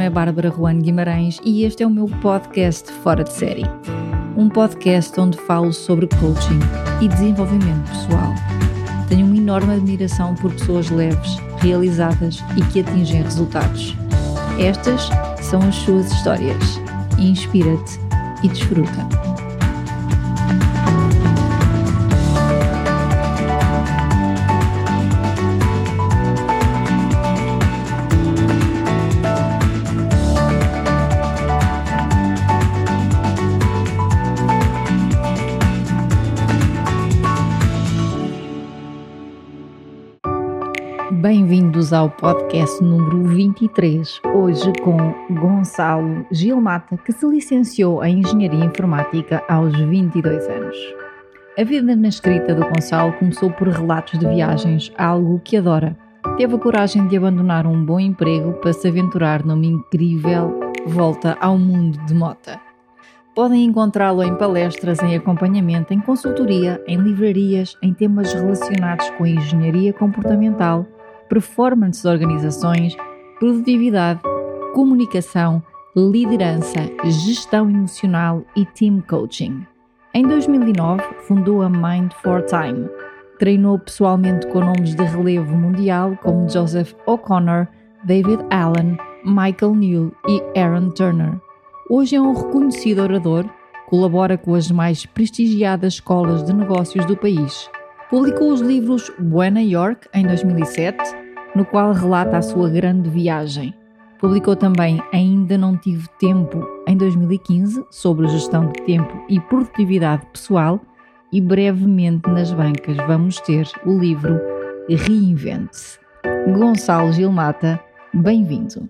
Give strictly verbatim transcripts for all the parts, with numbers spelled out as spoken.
nome é Bárbara Ruano Guimarães e este é o meu podcast Fora de Série. Um podcast onde falo sobre coaching e desenvolvimento pessoal. Tenho uma enorme admiração por pessoas leves, realizadas e que atingem resultados. Estas são as suas histórias. Inspira-te e desfruta. Bem-vindos ao podcast número vinte e três, hoje com Gonçalo Gilmata, que se licenciou em Engenharia Informática aos vinte e dois anos. A vida na escrita do Gonçalo começou por relatos de viagens, algo que adora. Teve a coragem de abandonar um bom emprego para se aventurar numa incrível volta ao mundo de mota. Podem encontrá-lo em palestras, em acompanhamento, em consultoria, em livrarias, em temas relacionados com a engenharia comportamental, performance de organizações, produtividade, comunicação, liderança, gestão emocional e team coaching. Em dois mil e nove, fundou a Mind for Time. Treinou pessoalmente com nomes de relevo mundial como Joseph O'Connor, David Allen, Michael Newell e Aaron Turner. Hoje é um reconhecido orador, colabora com as mais prestigiadas escolas de negócios do país. Publicou os livros Buena York, em dois mil e sete, no qual relata a sua grande viagem. Publicou também Ainda Não Tive Tempo, em dois mil e quinze, sobre gestão de tempo e produtividade pessoal, e brevemente nas bancas vamos ter o livro Reinvente-se. Gonçalo Gilmata, bem-vindo.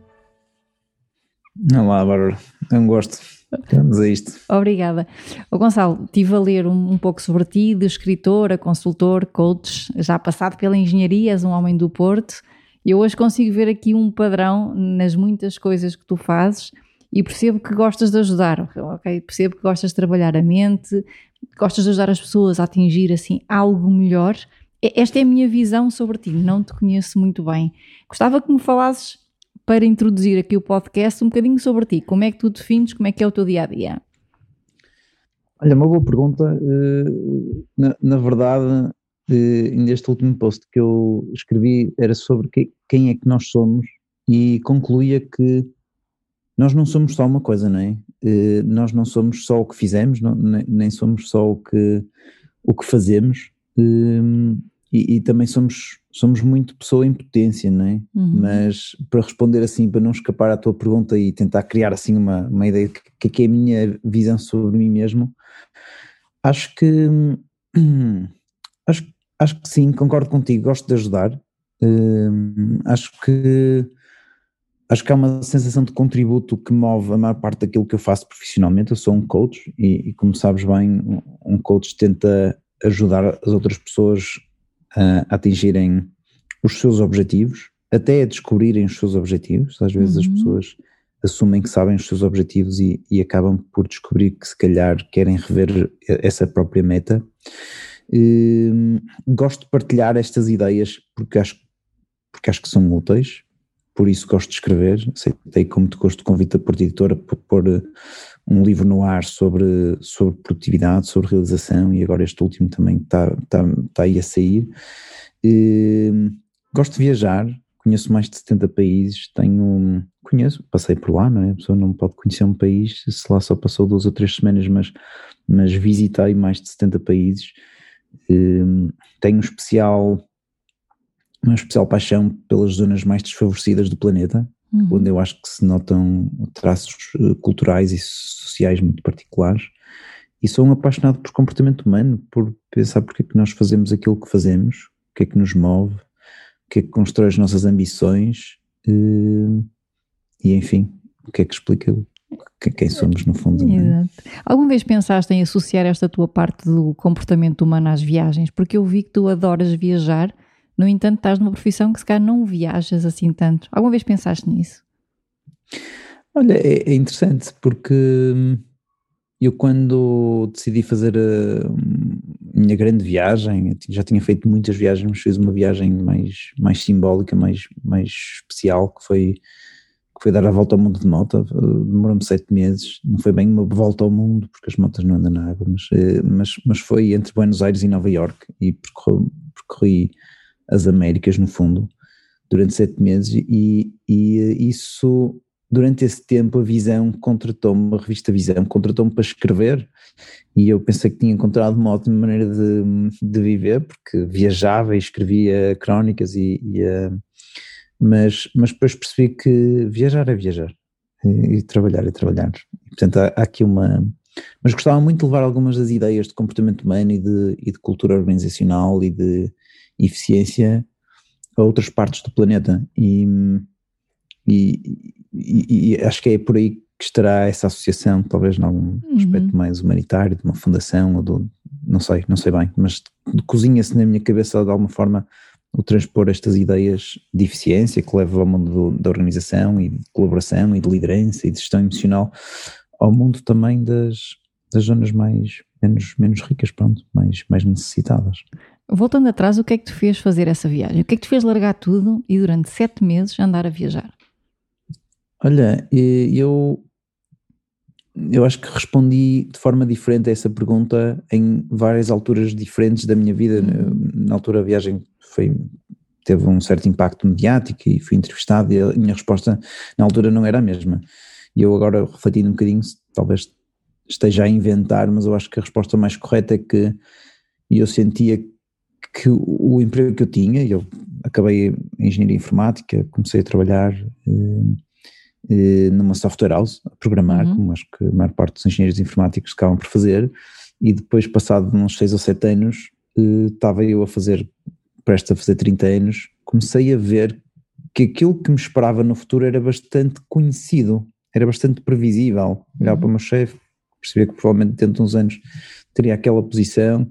Olá, Bárbara, é um gosto. Vamos a isto. Obrigada. Oh, Gonçalo, estive a ler um, um pouco sobre ti, de escritora, consultor, coach, já passado pela engenharia, és um homem do Porto, e eu hoje consigo ver aqui um padrão nas muitas coisas que tu fazes e percebo que gostas de ajudar, ok? Percebo que gostas de trabalhar a mente, gostas de ajudar as pessoas a atingir assim algo melhor. Esta é a minha visão sobre ti, não te conheço muito bem. Gostava que me falasses, para introduzir aqui o podcast, um bocadinho sobre ti. Como é que tu defines, como é que é o teu dia-a-dia? Olha, uma boa pergunta. Na, na verdade, neste último post que eu escrevi era sobre quem é que nós somos e concluía que nós não somos só uma coisa, não é? Nós não somos só o que fizemos, não, nem somos só o que, o que fazemos. E, e também somos, somos muito pessoa em potência, não é? Uhum. Mas para responder assim, para não escapar à tua pergunta e tentar criar assim uma, uma ideia de que, que é a minha visão sobre mim mesmo, acho que acho, acho que sim, concordo contigo, gosto de ajudar, uh, acho que acho que há uma sensação de contributo que move a maior parte daquilo que eu faço profissionalmente. Eu sou um coach e, e como sabes bem, um coach tenta ajudar as outras pessoas a atingirem os seus objetivos, até a descobrirem os seus objetivos. Às vezes uhum. as pessoas assumem que sabem os seus objetivos e, e acabam por descobrir que se calhar querem rever essa própria meta. E, gosto de partilhar estas ideias porque acho, porque acho que são úteis, por isso gosto de escrever. Aceitei com muito gosto o convite da Porta Editora para pôr um livro no ar sobre, sobre produtividade, sobre realização, e agora este último também está, está, está aí a sair. E, gosto de viajar, conheço mais de setenta países, tenho, conheço, passei por lá, não é? A pessoa não pode conhecer um país se lá só passou duas ou três semanas, mas, mas visitei mais de setenta países. E, tenho um especial, uma especial paixão pelas zonas mais desfavorecidas do planeta, uhum. onde eu acho que se notam traços culturais e sociais muito particulares, e sou um apaixonado por comportamento humano, por pensar porque é que nós fazemos aquilo que fazemos, o que é que nos move, o que é que constrói as nossas ambições, e, e enfim, o que é que explica quem somos no fundo. Exato. Alguma vez pensaste em associar esta tua parte do comportamento humano às viagens? Porque eu vi que tu adoras viajar. No entanto, estás numa profissão que se calhar não viajas assim tanto. Alguma vez pensaste nisso? Olha, é, é interessante porque eu quando decidi fazer a minha grande viagem, já tinha feito muitas viagens, mas fiz uma viagem mais, mais simbólica, mais, mais especial, que foi, que foi dar a volta ao mundo de moto, demorou-me sete meses, não foi bem uma volta ao mundo, porque as motas não andam na água, mas, mas, mas foi entre Buenos Aires e Nova Iorque, e percorri, percorri as Américas no fundo, durante sete meses, e, e isso, durante esse tempo a Visão contratou-me, a revista Visão contratou-me para escrever, e eu pensei que tinha encontrado uma ótima maneira de, de viver, porque viajava e escrevia crónicas e... e Mas, mas depois percebi que viajar é viajar e, e trabalhar é trabalhar. E, portanto, há, há aqui uma... Mas gostava muito de levar algumas das ideias de comportamento humano e de, e de cultura organizacional e de eficiência a outras partes do planeta. E, e, e, e acho que é por aí que estará essa associação, talvez num uhum. aspecto mais humanitário, de uma fundação, ou do, não sei, não sei bem, mas cozinha-se na minha cabeça de alguma forma o transpor estas ideias de eficiência que levam ao mundo do, da organização e de colaboração e de liderança e de gestão emocional ao mundo também das, das zonas mais, menos, menos ricas, pronto, mais, mais necessitadas. Voltando atrás, o que é que te fez fazer essa viagem? O que é que te fez largar tudo e durante sete meses andar a viajar? Olha, eu, eu acho que respondi de forma diferente a essa pergunta em várias alturas diferentes da minha vida. Uhum. Na altura a viagem foi, teve um certo impacto mediático e fui entrevistado, e a minha resposta na altura não era a mesma. E eu agora, refletindo um bocadinho, talvez esteja a inventar, mas eu acho que a resposta mais correta é que eu sentia que o, o emprego que eu tinha, eu acabei em engenharia informática, comecei a trabalhar eh, eh, numa software house, a programar, uhum. como acho que a maior parte dos engenheiros informáticos acabam por fazer, e depois, passado uns seis ou sete anos, eh, estava eu a fazer, prestes a fazer trinta anos, comecei a ver que aquilo que me esperava no futuro era bastante conhecido, era bastante previsível. Olhava uhum. para o meu chefe, percebia que provavelmente dentro de uns anos teria aquela posição,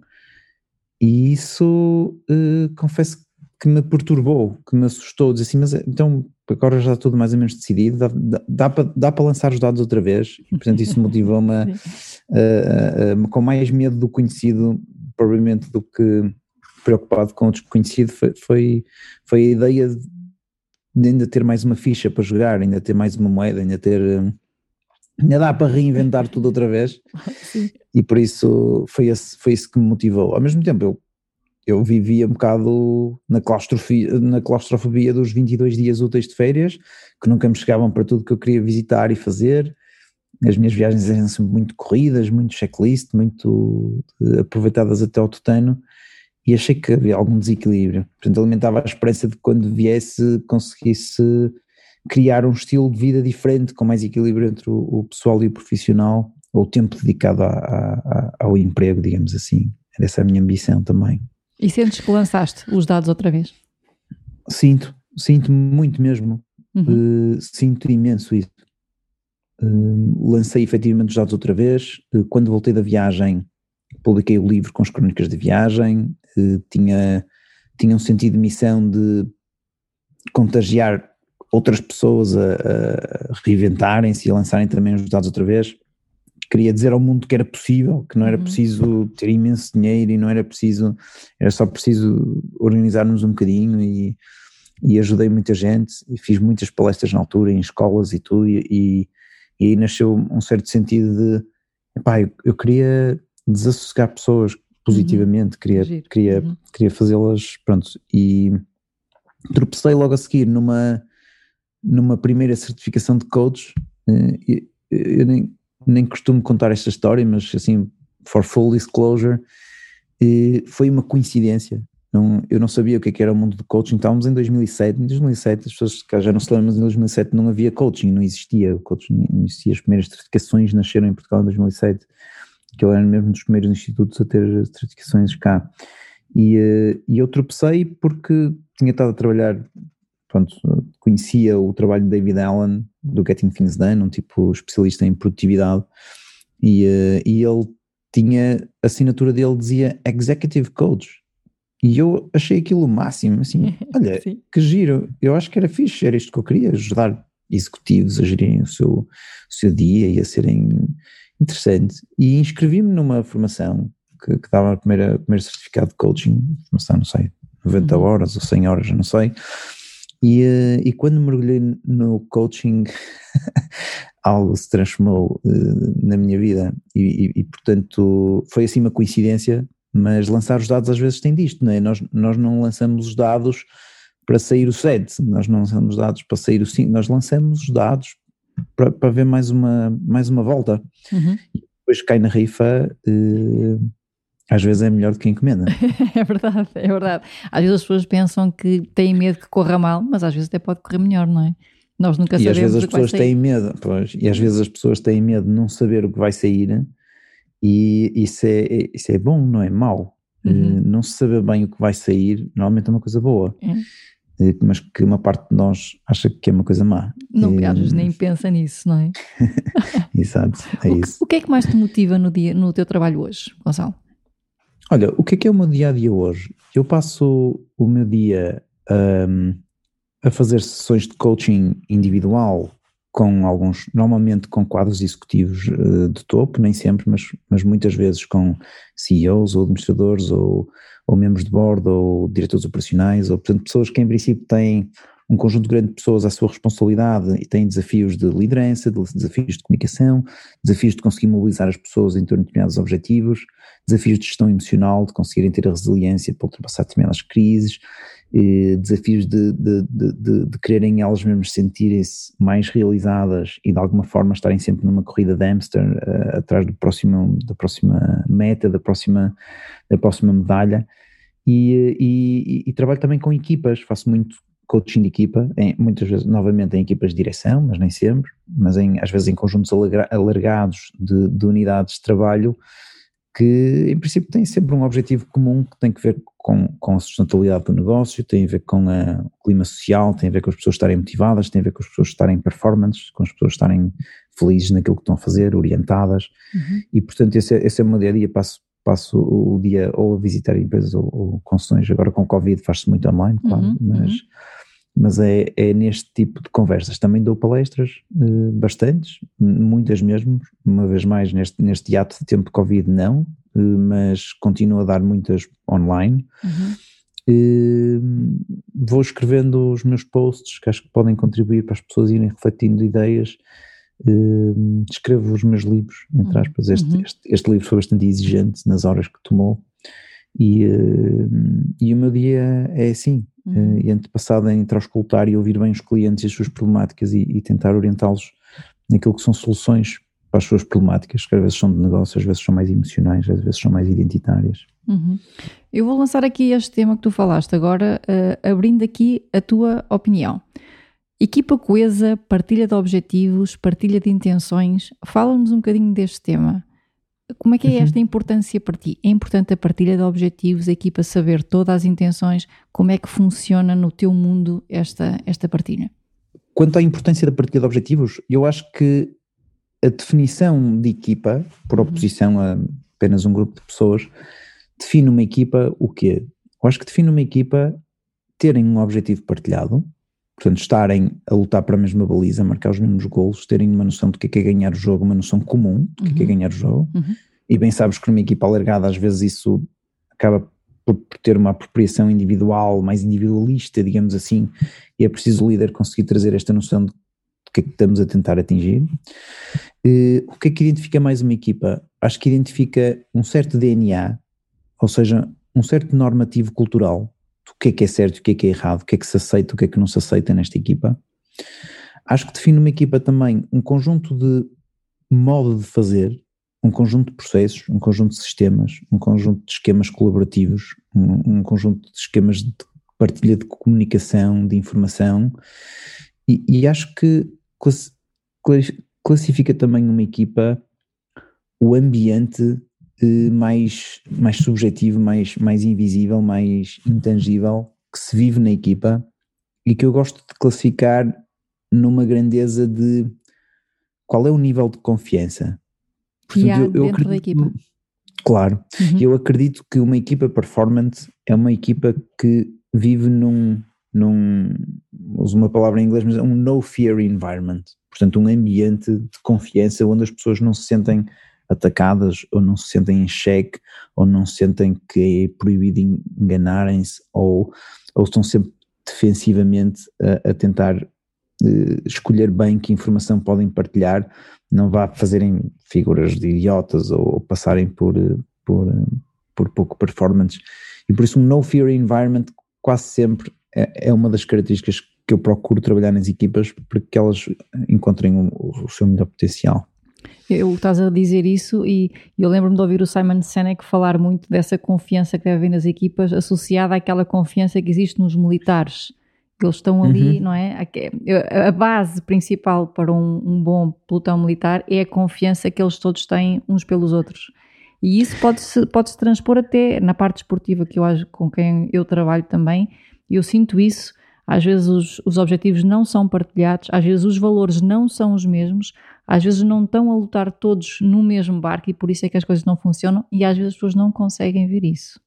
e isso uh, confesso que me perturbou, que me assustou, dizer assim, mas então agora já está tudo mais ou menos decidido, dá, dá, dá, para, dá para lançar os dados outra vez, e portanto isso motivou-me a, a, a, a, com mais medo do conhecido, provavelmente, do que preocupado com o desconhecido, foi, foi, foi a ideia de ainda ter mais uma ficha para jogar, ainda ter mais uma moeda, ainda ter... ainda dá para reinventar tudo outra vez. Sim. E por isso foi, esse, foi isso que me motivou. Ao mesmo tempo eu, eu vivia um bocado na claustrofobia, na claustrofobia dos vinte e dois dias úteis de férias, que nunca me chegavam para tudo que eu queria visitar e fazer. As minhas viagens eram sempre muito corridas, muito checklist, muito aproveitadas até ao tutano, e achei que havia algum desequilíbrio. Portanto, alimentava a esperança de que quando viesse conseguisse criar um estilo de vida diferente, com mais equilíbrio entre o, o pessoal e o profissional, ou o tempo dedicado a, a, a, ao emprego, digamos assim. Essa é a minha ambição também. E sentes que lançaste os dados outra vez? Sinto, sinto muito mesmo. Uhum. Uh, sinto imenso isso. Uh, lancei efetivamente os dados outra vez. Uh, quando voltei da viagem, publiquei o livro com as crónicas de viagem. Uh, tinha, tinha um sentido de missão de contagiar outras pessoas a, a reinventarem-se e a lançarem também os dados outra vez. Queria dizer ao mundo que era possível, que não era uhum. preciso ter imenso dinheiro e não era preciso, era só preciso organizar-nos um bocadinho, e, e ajudei muita gente e fiz muitas palestras na altura em escolas e tudo, e, e, e aí nasceu um certo sentido de, epá, eu, eu queria desassossegar pessoas positivamente, uhum. queria, queria, uhum. queria fazê-las, pronto, e tropecei logo a seguir numa numa primeira certificação de coach. Eu, eu nem, nem costumo contar esta história, mas assim, for full disclosure, foi uma coincidência. Não, eu não sabia o que, é que era o mundo do coaching. Estávamos em dois mil e sete, em dois mil e sete as pessoas já não se lembram, mas em dois mil e sete não havia coaching, não existia, o coaching não existia, as primeiras certificações nasceram em Portugal em dois mil e sete, que ele era mesmo dos primeiros institutos a ter certificações cá, e, e eu tropecei porque tinha estado a trabalhar, pronto, conhecia o trabalho de David Allen, do Getting Things Done, um tipo especialista em produtividade, e, uh, e ele tinha, a assinatura dele dizia Executive Coach, e eu achei aquilo o máximo, assim, olha, que giro, eu acho que era fixe, era isto que eu queria, ajudar executivos a gerirem o seu, o seu dia e a serem interessantes, e inscrevi-me numa formação que, que dava o primeiro, primeiro certificado de coaching, formação, não sei, noventa uhum. horas ou cem horas, não sei. E, uh, e quando mergulhei no coaching, algo se transformou uh, na minha vida e, e, e, portanto, foi assim uma coincidência, mas lançar os dados às vezes tem disto, não é? Nós, nós não lançamos os dados para sair o sete, nós não lançamos dados para sair o cinco, nós lançamos os dados para, para ver mais uma, mais uma volta. Uhum. E depois cai na rifa, uh, às vezes é melhor do que a encomenda. É verdade, é verdade. Às vezes as pessoas pensam que têm medo que corra mal, mas às vezes até pode correr melhor, não é? Nós nunca e sabemos às vezes as o que vai pessoas sair. têm medo, pois, e às vezes as pessoas têm medo de não saber o que vai sair, e isso é, isso é bom, não é mau. Uhum. Uh, não se saber bem o que vai sair, normalmente é uma coisa boa, É. uh, mas que uma parte de nós acha que é uma coisa má. Não, uh, às vezes nem pensa nisso, não é? Exato, é o, que, isso. o que é que mais te motiva no, dia, no teu trabalho hoje, Gonçalo? Olha, o que é que é o meu dia a dia hoje? Eu passo o meu dia um, a fazer sessões de coaching individual com alguns, normalmente com quadros executivos uh, de topo, nem sempre, mas, mas muitas vezes com C E Os ou administradores ou, ou membros de board ou diretores operacionais, ou portanto pessoas que em princípio têm um conjunto grande de pessoas à sua responsabilidade e têm desafios de liderança, desafios de comunicação, desafios de conseguir mobilizar as pessoas em torno de determinados objetivos, desafios de gestão emocional, de conseguirem ter a resiliência para ultrapassar determinadas crises, eh, desafios de, de, de, de, de quererem elas mesmas sentirem-se mais realizadas e de alguma forma estarem sempre numa corrida de hamster uh, atrás do próximo, da próxima meta, da próxima, da próxima medalha. E, e, e, e trabalho também com equipas, faço muito coaching de equipa, em, muitas vezes novamente em equipas de direção, mas nem sempre, mas em, às vezes em conjuntos alargados de, de unidades de trabalho que em princípio têm sempre um objetivo comum que tem que ver com, com a sustentabilidade do negócio, tem a ver com a, o clima social, tem a ver com as pessoas estarem motivadas, tem a ver com as pessoas estarem performantes, com as pessoas estarem felizes naquilo que estão a fazer, orientadas. Uhum. E portanto esse é, esse é o meu dia a dia, passo Passo o dia ou a visitar empresas ou, ou concessões. Agora com o Covid faz-se muito online, claro, uhum, mas, uhum. mas é, é neste tipo de conversas. Também dou palestras, eh, bastantes, muitas mesmo, uma vez mais neste, neste hiato de tempo de Covid não, eh, mas continuo a dar muitas online. Uhum. Eh, vou escrevendo os meus posts que acho que podem contribuir para as pessoas irem refletindo ideias. Uh, escrevo os meus livros, entre aspas, este, uhum. este, este livro foi bastante exigente nas horas que tomou e, uh, e o meu dia é assim, uhum. uh, e antepassado em auscultar e ouvir bem os clientes e as suas problemáticas e, e tentar orientá-los naquilo que são soluções para as suas problemáticas, que às vezes são de negócio, às vezes são mais emocionais, às vezes são mais identitárias. Uhum. Eu vou lançar aqui este tema que tu falaste agora, uh, abrindo aqui a tua opinião. Equipa coesa, partilha de objetivos, partilha de intenções. Fala-nos um bocadinho deste tema. Como é que é esta uhum. importância para ti? É importante a partilha de objetivos, a equipa saber todas as intenções, como é que funciona no teu mundo esta, esta partilha? Quanto à importância da partilha de objetivos, eu acho que a definição de equipa, por oposição uhum. a apenas um grupo de pessoas, define uma equipa o quê? Eu acho que define uma equipa terem um objetivo partilhado, portanto estarem a lutar para a mesma baliza, marcar os mesmos golos, terem uma noção do que é, que é ganhar o jogo, uma noção comum do que, uhum. é, que é ganhar o jogo, uhum. e bem sabes que numa equipa alargada às vezes isso acaba por, por ter uma apropriação individual, mais individualista, digamos assim, e é preciso o líder conseguir trazer esta noção de do que é que estamos a tentar atingir. Uh, o que é que identifica mais uma equipa? Acho que identifica um certo D N A, ou seja, um certo normativo cultural, o que é que é certo, o que é que é errado, o que é que se aceita, o que é que não se aceita nesta equipa. Acho que define uma equipa também um conjunto de modo de fazer, um conjunto de processos, um conjunto de sistemas, um conjunto de esquemas colaborativos, um, um conjunto de esquemas de partilha de comunicação, de informação, e, e acho que class, classifica também uma equipa o ambiente mais, mais subjetivo, mais, mais invisível, mais intangível que se vive na equipa e que eu gosto de classificar numa grandeza de qual é o nível de confiança. Portanto, que há eu, eu dentro acredito, da equipa. Claro, uhum. eu acredito que uma equipa performance é uma equipa que vive num, num, uso uma palavra em inglês, mas é um no fear environment, portanto um ambiente de confiança onde as pessoas não se sentem atacadas, ou não se sentem em xeque, ou não sentem que é proibido enganarem-se, ou, ou estão sempre defensivamente a, a tentar uh, escolher bem que informação podem partilhar, não vá fazerem figuras de idiotas ou, ou passarem por, por, por pouco performance. E por isso um no fear environment quase sempre é, é uma das características que eu procuro trabalhar nas equipas para que elas encontrem o, o seu melhor potencial. Eu estás a dizer isso e eu lembro-me de ouvir o Simon Sinek falar muito dessa confiança que deve haver nas equipas associada àquela confiança que existe nos militares. Eles estão ali, uhum. não é? A base principal para um, um bom pelotão militar é a confiança que eles todos têm uns pelos outros. E isso pode-se, pode-se transpor até na parte esportiva, que eu acho, com quem eu trabalho também. Eu sinto isso. Às vezes os, os objetivos não são partilhados, às vezes os valores não são os mesmos, às vezes não estão a lutar todos no mesmo barco e por isso é que as coisas não funcionam e às vezes as pessoas não conseguem ver isso.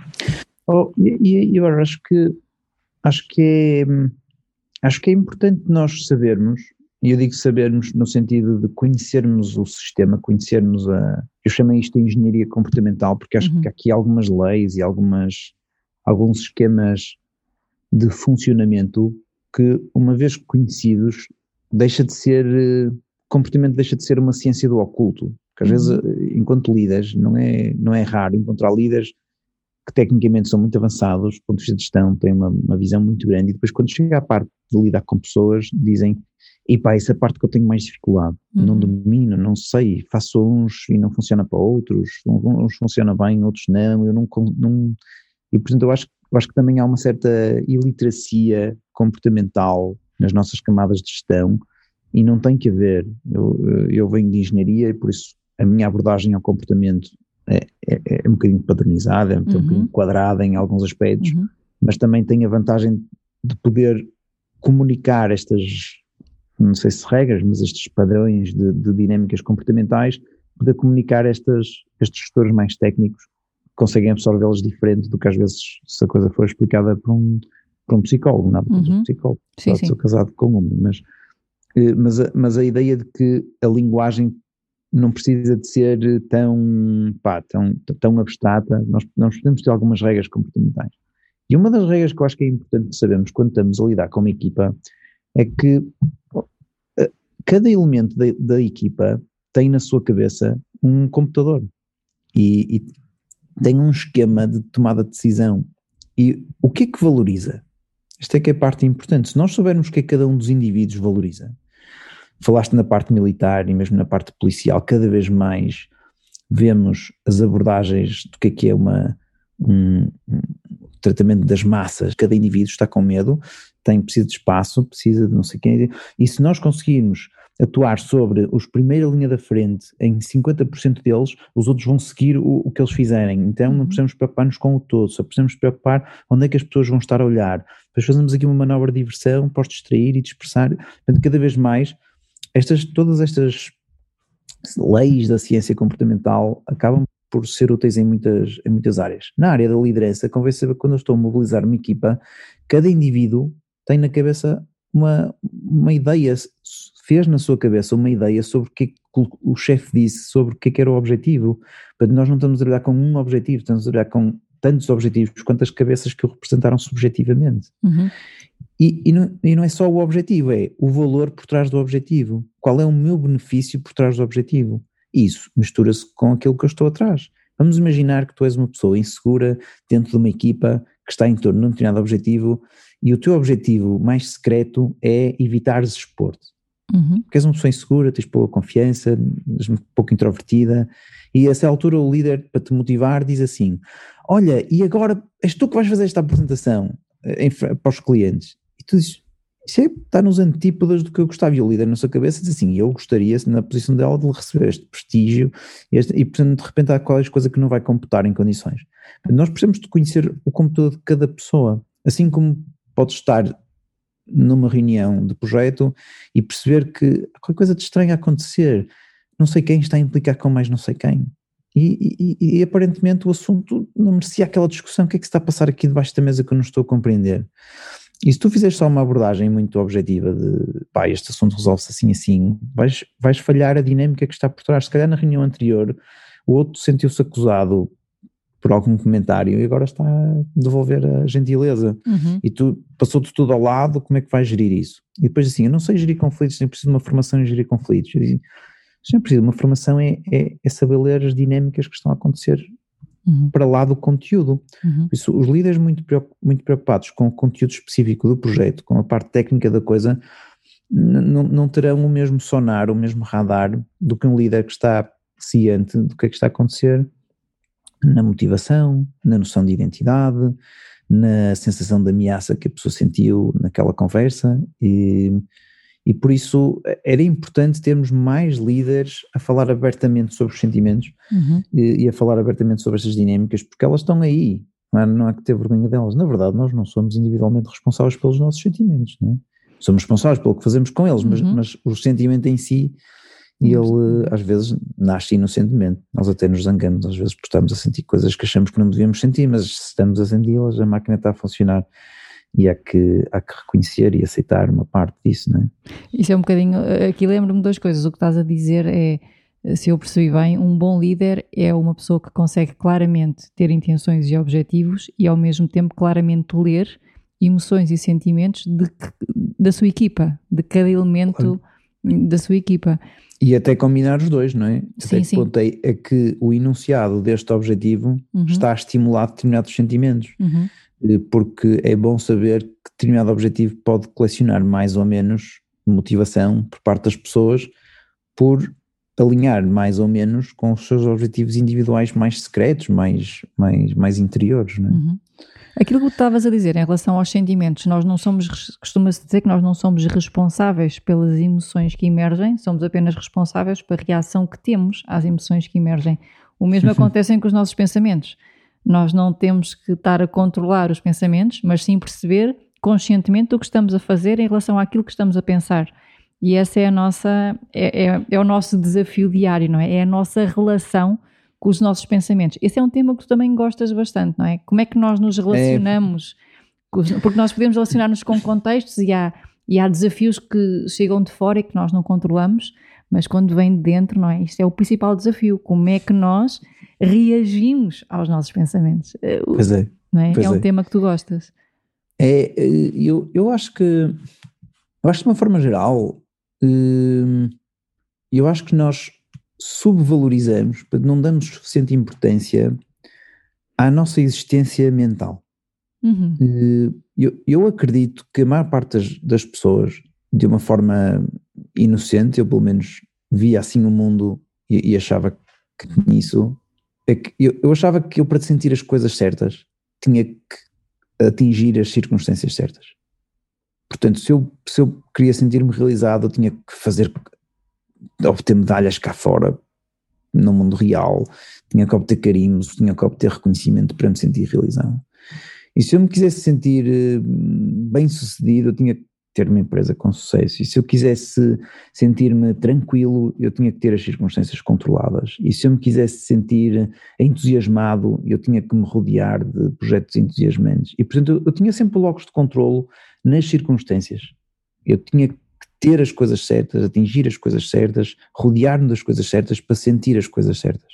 Oh, e eu acho que acho que é acho que é importante nós sabermos, e eu digo sabermos no sentido de conhecermos o sistema, conhecermos a, eu chamo isto de engenharia comportamental, porque acho uhum. que há aqui algumas leis e algumas, alguns esquemas de funcionamento que, uma vez conhecidos, deixa de ser, comportamento deixa de ser uma ciência do oculto, porque às uhum. vezes, enquanto líderes, não é, não é raro encontrar líderes que tecnicamente são muito avançados, do ponto de vista de gestão, têm uma, uma visão muito grande, e depois quando chega à parte de lidar com pessoas, dizem, e pá, essa é a parte que eu tenho mais dificuldade, uhum. não domino, não sei, faço uns e não funciona para outros, uns funciona bem, outros não, eu não, não e portanto eu acho que Eu acho que também há uma certa iliteracia comportamental nas nossas camadas de gestão e não tem que haver. Eu, eu venho de engenharia e por isso a minha abordagem ao comportamento é, é, é um bocadinho padronizada, é um, uhum. um bocadinho quadrada em alguns aspectos, uhum. mas também tem a vantagem de poder comunicar estas, não sei se regras, mas estes padrões de, de dinâmicas comportamentais, poder comunicar estas, estes gestores mais técnicos conseguem absorvê-las diferente do que às vezes se a coisa for explicada por um, por um psicólogo, nada contra uhum. um psicólogo, sim, sim. Sou casado com uma, mas, mas, a, mas a ideia de que a linguagem não precisa de ser tão, pá, tão, tão abstrata, nós, nós podemos ter algumas regras comportamentais. E uma das regras que eu acho que é importante sabermos quando estamos a lidar com uma equipa é que cada elemento da, da equipa tem na sua cabeça um computador e, e tem um esquema de tomada de decisão. E o que é que valoriza? Esta é que é a parte importante. Se nós soubermos o que é que cada um dos indivíduos valoriza, falaste na parte militar e mesmo na parte policial, cada vez mais vemos as abordagens do que é que é uma, um, um tratamento das massas. Cada indivíduo está com medo, tem, precisa de espaço, precisa de não sei quem, e se nós conseguirmos atuar sobre os primeira linha da frente em cinquenta por cento deles, os outros vão seguir o, o que eles fizerem. Então não precisamos preocupar-nos com o todo, só precisamos preocupar onde é que as pessoas vão estar a olhar. Depois fazemos aqui uma manobra de diversão para os distrair e dispersar. Portanto, cada vez mais, estas, todas estas leis da ciência comportamental acabam por ser úteis em muitas, em muitas áreas. Na área da liderança, convém saber que quando eu estou a mobilizar uma equipa, cada indivíduo tem na cabeça uma, uma ideia, fez na sua cabeça uma ideia sobre o que, é que o chefe disse, sobre o que, é que era o objetivo. Portanto, nós não estamos a olhar com um objetivo, estamos a olhar com tantos objetivos quanto as cabeças que o representaram subjetivamente. Uhum. E, e, não, e não é só o objetivo, é o valor por trás do objetivo. Qual é o meu benefício por trás do objetivo? E isso mistura-se com aquilo que eu estou atrás. Vamos imaginar que tu és uma pessoa insegura dentro de uma equipa que está em torno de um determinado objetivo e o teu objetivo mais secreto é evitares expor-te. Uhum. Porque és uma pessoa insegura, tens pouca confiança, és um pouco introvertida e a essa altura o líder, para te motivar, diz assim: olha, e agora és tu que vais fazer esta apresentação em, para os clientes. E tu dizes, isso é, está nos antípodas do que eu gostava. E o líder na sua cabeça diz assim: eu gostaria, na posição dela, de receber este prestígio este, e portanto de repente há qualquer coisa que não vai computar em condições. Nós precisamos de conhecer o computador de cada pessoa, assim como podes estar numa reunião de projeto e perceber que qualquer coisa de estranho a acontecer, não sei quem está a implicar com mais não sei quem. E, e, e aparentemente o assunto não merecia aquela discussão. O que é que se está a passar aqui debaixo da mesa que eu não estou a compreender? E se tu fizeres só uma abordagem muito objetiva de, pá, este assunto resolve-se assim assim, vais, vais falhar a dinâmica que está por trás. Se calhar na reunião anterior o outro sentiu-se acusado por algum comentário e agora está a devolver a gentileza. Uhum. E tu, passou-te tudo ao lado, como é que vais gerir isso? E depois assim, eu não sei gerir conflitos, nem preciso de uma formação em gerir conflitos. Eu digo, não preciso de uma formação, é, é, é saber ler as dinâmicas que estão a acontecer uhum. para lá do conteúdo. Uhum. Por isso, os líderes muito, muito preocupados com o conteúdo específico do projeto, com a parte técnica da coisa, não, não terão o mesmo sonar, o mesmo radar do que um líder que está ciente do que é que está a acontecer na motivação, na noção de identidade, na sensação de ameaça que a pessoa sentiu naquela conversa e, e por isso era importante termos mais líderes a falar abertamente sobre os sentimentos uhum. e, e a falar abertamente sobre estas dinâmicas, porque elas estão aí, não há, não há que ter vergonha delas. Na verdade, nós não somos individualmente responsáveis pelos nossos sentimentos, não é? Somos responsáveis pelo que fazemos com eles, mas, uhum. mas o sentimento em si, e ele às vezes nasce inocentemente. Nós até nos zangamos às vezes por estarmos a sentir coisas que achamos que não devíamos sentir, mas se estamos a senti-las, a máquina está a funcionar e há que, há que reconhecer e aceitar uma parte disso, não é? Isso é um bocadinho, aqui lembro-me de duas coisas. O que estás a dizer é, se eu percebi bem, um bom líder é uma pessoa que consegue claramente ter intenções e objetivos e ao mesmo tempo claramente ler emoções e sentimentos de, da sua equipa, de cada elemento claro. da sua equipa. E até combinar os dois, não é? Sim, até sim. que ponto é, é que o enunciado deste objetivo uhum. está a estimular determinados sentimentos, uhum. porque é bom saber que determinado objetivo pode colecionar mais ou menos motivação por parte das pessoas por alinhar mais ou menos com os seus objetivos individuais mais secretos, mais, mais, mais interiores, não é? Uhum. Aquilo que tu estavas a dizer em relação aos sentimentos, nós não somos, costuma-se dizer que nós não somos responsáveis pelas emoções que emergem, somos apenas responsáveis pela reação que temos às emoções que emergem. O mesmo acontece com os nossos pensamentos. Nós não temos que estar a controlar os pensamentos, mas sim perceber conscientemente o que estamos a fazer em relação àquilo que estamos a pensar. E essa é a nossa, é, é, é o nosso desafio diário, não é? É a nossa relação com os nossos pensamentos. Esse é um tema que tu também gostas bastante, não é? Como é que nós nos relacionamos? É. Porque nós podemos relacionar-nos com contextos e há, e há desafios que chegam de fora e que nós não controlamos, mas quando vem de dentro, não é? Isto é o principal desafio. Como é que nós reagimos aos nossos pensamentos? Pois é. Não é? Pois é um é. tema que tu gostas. É, eu, eu acho que, eu acho que de uma forma geral, eu acho que nós subvalorizamos, não damos suficiente importância à nossa existência mental. Uhum. Eu, eu acredito que a maior parte das, das pessoas, de uma forma inocente, eu pelo menos via assim o mundo e, e achava que tinha isso, é que eu, eu achava que eu, para sentir as coisas certas, tinha que atingir as circunstâncias certas. Portanto, se eu, se eu queria sentir-me realizado, eu tinha que fazer, obter medalhas cá fora, no mundo real, tinha que obter carimbos, tinha que obter reconhecimento para me sentir realizado. E se eu me quisesse sentir bem sucedido, eu tinha que ter uma empresa com sucesso. E se eu quisesse sentir-me tranquilo, eu tinha que ter as circunstâncias controladas. E se eu me quisesse sentir entusiasmado, eu tinha que me rodear de projetos entusiasmantes. E, portanto, eu, eu tinha sempre blocos de controlo nas circunstâncias. Eu tinha que ter as coisas certas, atingir as coisas certas, rodear-me das coisas certas para sentir as coisas certas.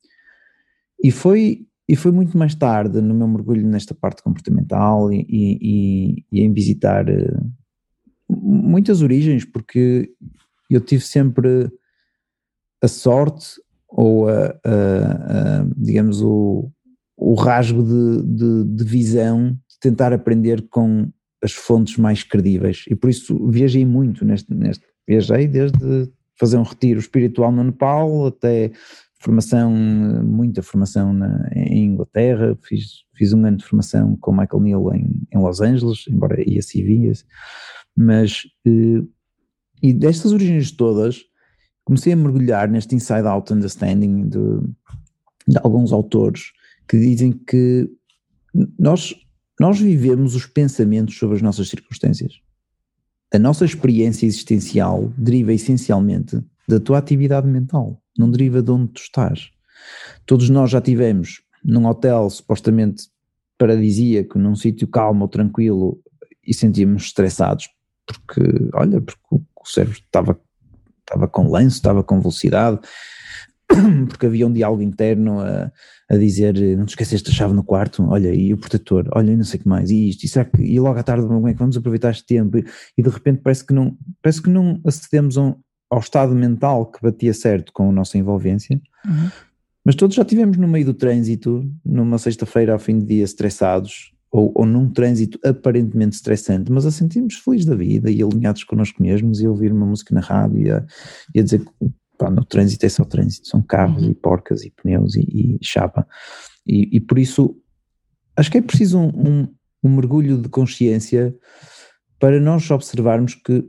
E foi, e foi muito mais tarde, no meu mergulho nesta parte comportamental e, e, e em visitar uh, muitas origens, porque eu tive sempre a sorte ou a, a, a, digamos o, o rasgo de, de, de visão de tentar aprender com as fontes mais credíveis, e por isso viajei muito neste, neste viajei desde fazer um retiro espiritual no Nepal até formação, muita formação na, em Inglaterra, fiz, fiz um ano de formação com Michael Neill em, em Los Angeles, embora ia se via, mas eh, e destas origens todas comecei a mergulhar neste inside out understanding de, de alguns autores que dizem que nós Nós vivemos os pensamentos sobre as nossas circunstâncias. A nossa experiência existencial deriva essencialmente da tua atividade mental, não deriva de onde tu estás. Todos nós já tivemos num hotel supostamente paradisíaco, num sítio calmo ou tranquilo e sentíamos estressados porque, olha, porque o cérebro estava, estava com lance, estava com velocidade, porque havia um diálogo interno a, a dizer, não te esqueceste a chave no quarto, olha, e o protetor, olha, e não sei o que mais, e isto, e, será que, e logo à tarde, como é que vamos aproveitar este tempo, e, e de repente parece que não, parece que não acedemos a um, ao estado mental que batia certo com a nossa envolvência, uhum. mas todos já estivemos no meio do trânsito, numa sexta-feira ao fim de dia estressados, ou, ou num trânsito aparentemente estressante, mas a sentirmos felizes da vida e alinhados connosco mesmos e a ouvir uma música na rádio e a, e a dizer que pá, no trânsito é só trânsito, são carros uhum. e porcas e pneus e, e chapa, e, e por isso acho que é preciso um, um, um mergulho de consciência para nós observarmos que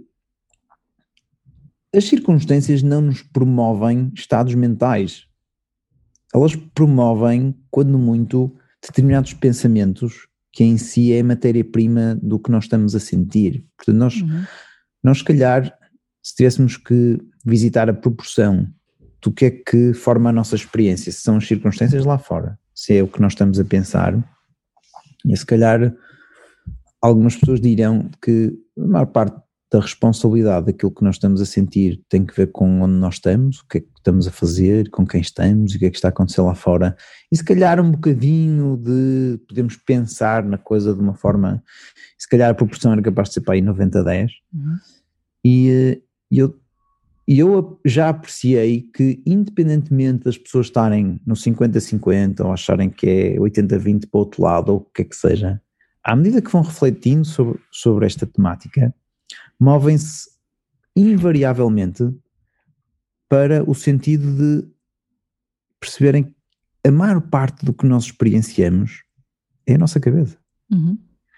as circunstâncias não nos promovem estados mentais, elas promovem, quando muito, determinados pensamentos que em si é a matéria-prima do que nós estamos a sentir. Portanto, nós, uhum. nós se calhar, se tivéssemos que visitar a proporção do que é que forma a nossa experiência, se são as circunstâncias lá fora, se é o que nós estamos a pensar, e se calhar algumas pessoas dirão que a maior parte da responsabilidade daquilo que nós estamos a sentir tem que ver com onde nós estamos, o que é que estamos a fazer, com quem estamos e o que é que está a acontecer lá fora, e se calhar um bocadinho de podemos pensar na coisa de uma forma, se calhar a proporção era capaz de ser para aí noventa a dez, uhum. e, e eu, eu já apreciei que independentemente das pessoas estarem no cinquenta a cinquenta ou acharem que é oitenta a vinte para o outro lado ou o que é que seja, à medida que vão refletindo sobre, sobre esta temática, movem-se invariavelmente para o sentido de perceberem que a maior parte do que nós experienciamos é a nossa cabeça. Uhum.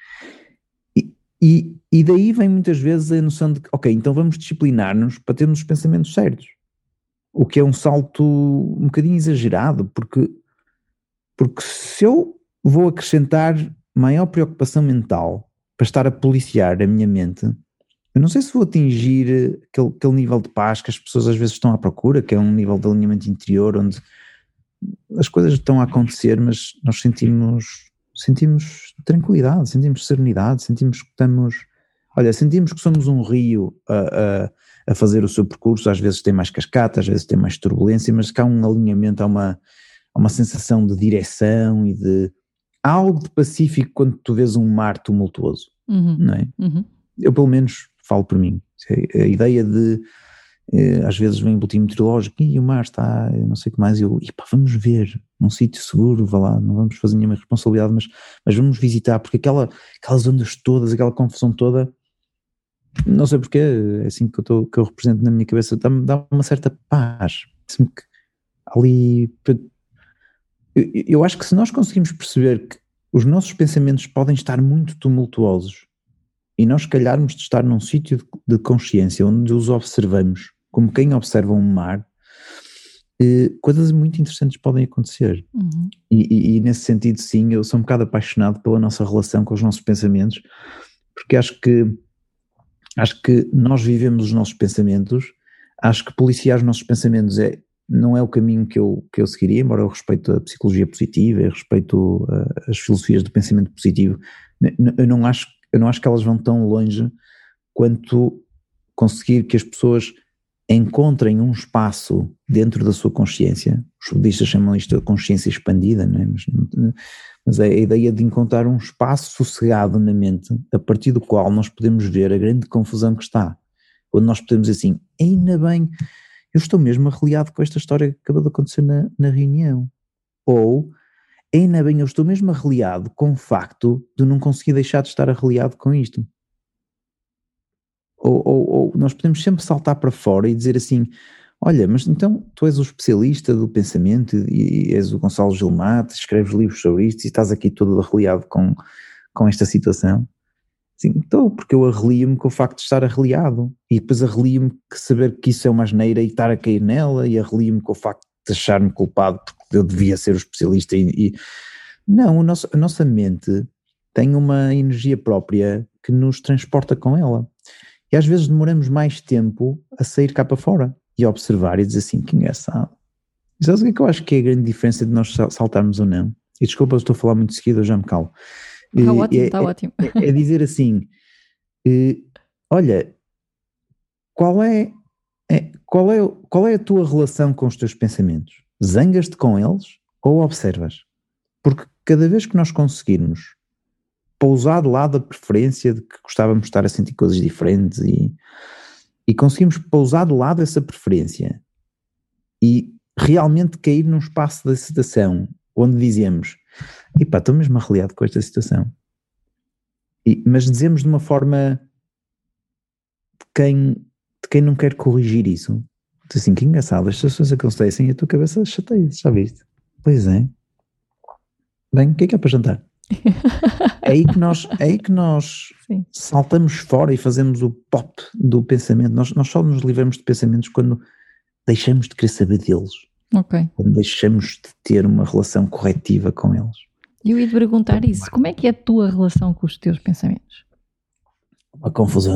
E, e, e daí vem muitas vezes a noção de que, ok, então vamos disciplinar-nos para termos os pensamentos certos. O que é um salto um bocadinho exagerado, porque, porque se eu vou acrescentar maior preocupação mental para estar a policiar a minha mente, eu não sei se vou atingir aquele, aquele nível de paz que as pessoas às vezes estão à procura, que é um nível de alinhamento interior, onde as coisas estão a acontecer, mas nós sentimos, sentimos tranquilidade, sentimos serenidade, sentimos que estamos, olha, sentimos que somos um rio a, a, a fazer o seu percurso, às vezes tem mais cascata, às vezes tem mais turbulência, mas que há um alinhamento, há uma, há uma sensação de direção e de, há algo de pacífico quando tu vês um mar tumultuoso, uhum. não é? Uhum. Eu pelo menos falo por mim, a ideia de, eh, às vezes vem um boletim meteorológico e o mar está, não sei o que mais, e eu, epá, vamos ver, num sítio seguro, vá lá, não vamos fazer nenhuma responsabilidade, mas, mas vamos visitar, porque aquela, aquelas ondas todas, aquela confusão toda, não sei porquê, é assim que eu, tô, que eu represento na minha cabeça, dá-me, dá uma certa paz, assim que ali, eu, eu acho que se nós conseguimos perceber que os nossos pensamentos podem estar muito tumultuosos, e nós calharmos de estar num sítio de, de consciência onde os observamos como quem observa um mar, eh, coisas muito interessantes podem acontecer. Uhum. E, e, e nesse sentido, sim, eu sou um bocado apaixonado pela nossa relação com os nossos pensamentos, porque acho que acho que nós vivemos os nossos pensamentos, acho que policiar os nossos pensamentos é, não é o caminho que eu, que eu seguiria, embora eu respeito a psicologia positiva, eu respeito uh, as filosofias do pensamento positivo, eu não acho Eu não acho que elas vão tão longe quanto conseguir que as pessoas encontrem um espaço dentro da sua consciência. Os budistas chamam isto de consciência expandida, não é? Mas, mas é a ideia de encontrar um espaço sossegado na mente, a partir do qual nós podemos ver a grande confusão que está. Quando nós podemos dizer assim, ainda bem, eu estou mesmo arreliado com esta história que acabou de acontecer na, na reunião. Ou, ainda bem, eu estou mesmo arreliado com o facto de não conseguir deixar de estar arreliado com isto. Ou, ou, ou nós podemos sempre saltar para fora e dizer assim, olha, mas então tu és o especialista do pensamento e és o Gonçalo Gilmate, escreves livros sobre isto e estás aqui todo arreliado com, com esta situação. Sim, então, porque eu arrelio-me com o facto de estar arreliado e depois arrelio-me que saber que isso é uma asneira e estar a cair nela, e arrelio-me com o facto de achar-me culpado porque eu devia ser o especialista e, e... não, o nosso, a nossa mente tem uma energia própria que nos transporta com ela, e às vezes demoramos mais tempo a sair cá para fora e a observar e dizer assim, que engraçado. E sabes o que é que eu acho que é a grande diferença de nós saltarmos ou não? E desculpa, eu estou a falar muito seguido, eu já me calo. Está ótimo, está é, ótimo. É, é dizer assim, eh, olha, qual é é qual, é qual é a tua relação com os teus pensamentos? Zangas-te com eles ou observas? Porque cada vez que nós conseguirmos pousar de lado a preferência de que gostávamos de estar a sentir coisas diferentes e, e conseguimos pousar de lado essa preferência e realmente cair num espaço da situação onde dizemos, epá, estou mesmo arreliado com esta situação. E, mas dizemos de uma forma de quem, de quem não quer corrigir isso. Diz assim, que engraçado, as situações acontecem e a tua cabeça chateia, já viste? Pois é. Bem, o que é que é para jantar? É aí que nós, é aí que nós saltamos fora e fazemos o pop do pensamento. Nós, nós só nos livramos de pensamentos quando deixamos de querer saber deles. Ok. Quando deixamos de ter uma relação corretiva com eles. Eu ia te perguntar isso. Como é que é a tua relação com os teus pensamentos? Uma confusão.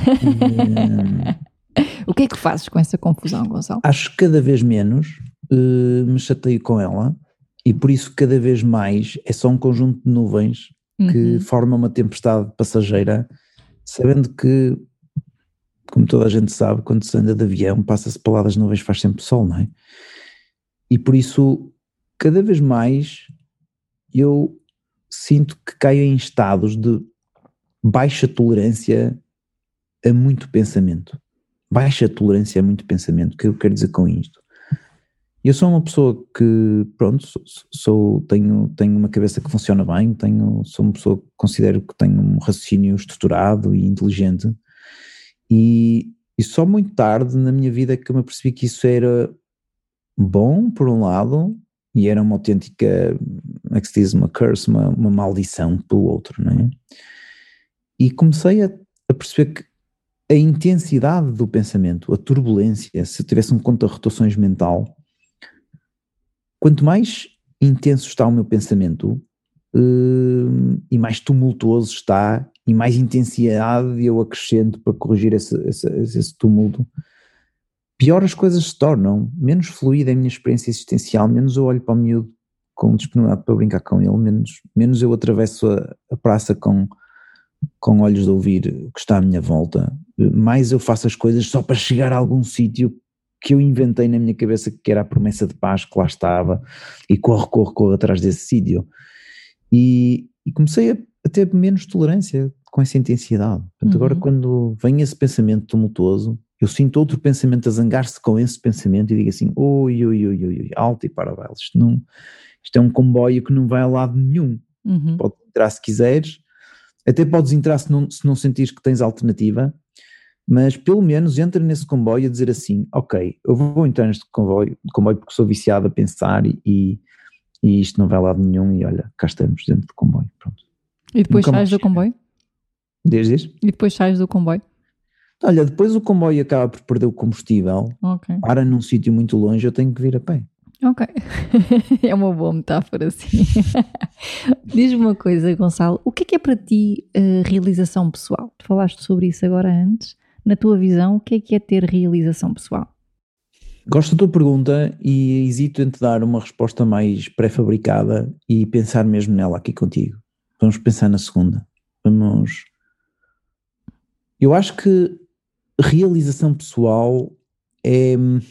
O que é que fazes com essa confusão, Gonçalo? Acho que cada vez menos uh, me chateio com ela. E por isso cada vez mais é só um conjunto de nuvens que uhum. forma uma tempestade passageira, sabendo que, como toda a gente sabe, quando se anda de avião, passa-se para lá das nuvens, faz sempre sol, não é? E por isso, cada vez mais, eu sinto que caio em estados de baixa tolerância a muito pensamento. Baixa tolerância a muito pensamento. O que eu quero dizer com isto? Eu sou uma pessoa que, pronto, sou, sou, tenho, tenho uma cabeça que funciona bem, tenho, sou uma pessoa que considero que tenho um raciocínio estruturado e inteligente, e, e só muito tarde na minha vida é que eu me apercebi que isso era bom, por um lado, e era uma autêntica, como é que se diz, uma curse, uma, uma maldição pelo outro, não é? E comecei a, a perceber que a intensidade do pensamento, a turbulência, se eu tivesse um conta de rotações mental, quanto mais intenso está o meu pensamento uh, e mais tumultuoso está e mais intensidade eu acrescento para corrigir esse, esse, esse tumulto, pior as coisas se tornam, menos fluida é a minha experiência existencial, menos eu olho para o miúdo com disponibilidade para brincar com ele, menos, menos eu atravesso a, a praça com, com olhos de ouvir o que está à minha volta, mais eu faço as coisas só para chegar a algum sítio que eu inventei na minha cabeça que era a promessa de paz que lá estava e corro, corro, corro atrás desse sítio e, e comecei a, a ter menos tolerância com essa intensidade. Portanto, uhum. Agora quando vem esse pensamento tumultuoso, eu sinto outro pensamento a zangar-se com esse pensamento e digo assim, oi, oi, oi, oi, oi, alto e para baixo, isto, não, isto é um comboio que não vai a lado nenhum. Uhum. Pode entrar se quiseres, até podes entrar se não, se não sentires que tens alternativa, mas pelo menos entra nesse comboio a dizer assim, ok, eu vou entrar neste comboio, comboio porque sou viciado a pensar e, e, e isto não vai a lado nenhum e olha, cá estamos dentro do comboio, pronto. E depois Nunca sais do comboio? Diz, diz? E depois sais do comboio? Olha, depois o comboio acaba por perder o combustível, okay. Para num sítio muito longe, eu tenho que vir a pé. Ok, é uma boa metáfora, sim. Diz-me uma coisa, Gonçalo, o que é que é para ti a realização pessoal? Tu falaste sobre isso agora antes. Na tua visão, o que é que é ter realização pessoal? Gosto da tua pergunta e hesito em te dar uma resposta mais pré-fabricada e pensar mesmo nela aqui contigo. Vamos pensar na segunda. Vamos... Eu acho que realização pessoal é,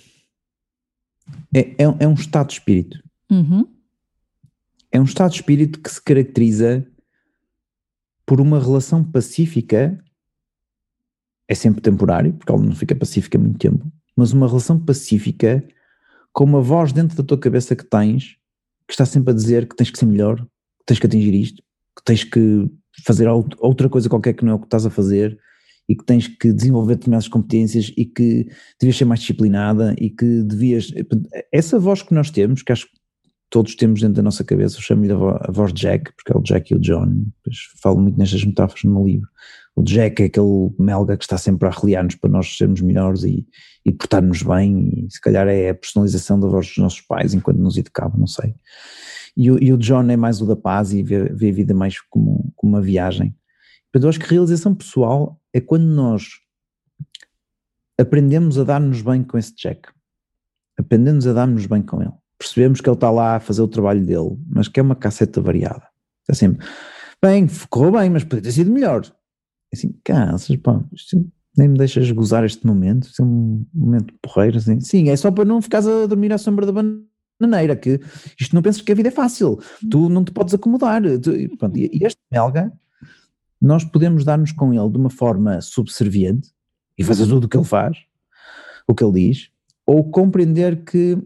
é, é, é um estado de espírito. Uhum. É um estado de espírito que se caracteriza por uma relação pacífica. É sempre temporário, porque ela não fica pacífica há muito tempo, mas uma relação pacífica com uma voz dentro da tua cabeça que tens, que está sempre a dizer que tens que ser melhor, que tens que atingir isto, que tens que fazer outra coisa qualquer que não é o que estás a fazer e que tens que desenvolver determinadas competências e que devias ser mais disciplinada e que devias... Essa voz que nós temos, que acho que todos temos dentro da nossa cabeça, eu chamo-lhe a voz de Jack, porque é o Jack e o John, falo muito nestas metáforas no meu livro. O Jack é aquele melga que está sempre a arreliar-nos para nós sermos melhores e, e portar-nos bem, e se calhar é a personalização da voz dos nossos pais enquanto nos educavam, não sei. E o, e o John é mais o da paz e vê, vê a vida mais como, como uma viagem. Portanto, eu acho que realização pessoal é quando nós aprendemos a dar-nos bem com esse Jack, aprendemos a dar-nos bem com ele, percebemos que ele está lá a fazer o trabalho dele, mas que é uma caceta variada, está sempre, bem, correu bem, mas podia ter sido melhor. Assim, caças, pá, isto nem me deixas gozar este momento, é um momento porreiro, assim. Sim, é só para não ficares a dormir à sombra da bananeira, que isto não penses que a vida é fácil, tu não te podes acomodar, tu, e, pronto, e este melga, nós podemos dar-nos com ele de uma forma subserviente, e fazer tudo o que ele faz, o que ele diz, ou compreender que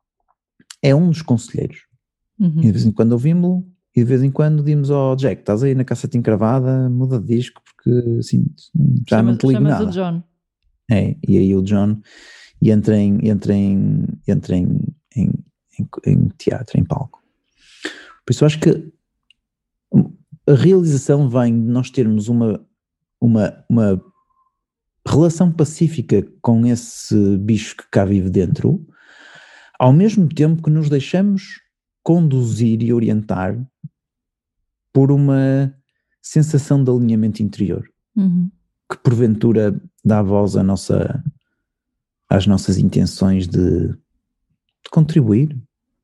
é um dos conselheiros, uhum. E de vez em quando ouvimos-lo, e de vez em quando dizemos ao oh, Jack, estás aí na cassete encravada, muda de disco, porque assim, já chama, não te ligo nada. O John. É, e aí o John entra em, entra em, entra em, em, em, em teatro, em palco. Por isso eu acho que a realização vem de nós termos uma, uma, uma relação pacífica com esse bicho que cá vive dentro, ao mesmo tempo que nos deixamos conduzir e orientar por uma sensação de alinhamento interior, uhum. que porventura dá voz à nossa, às nossas intenções de, de contribuir,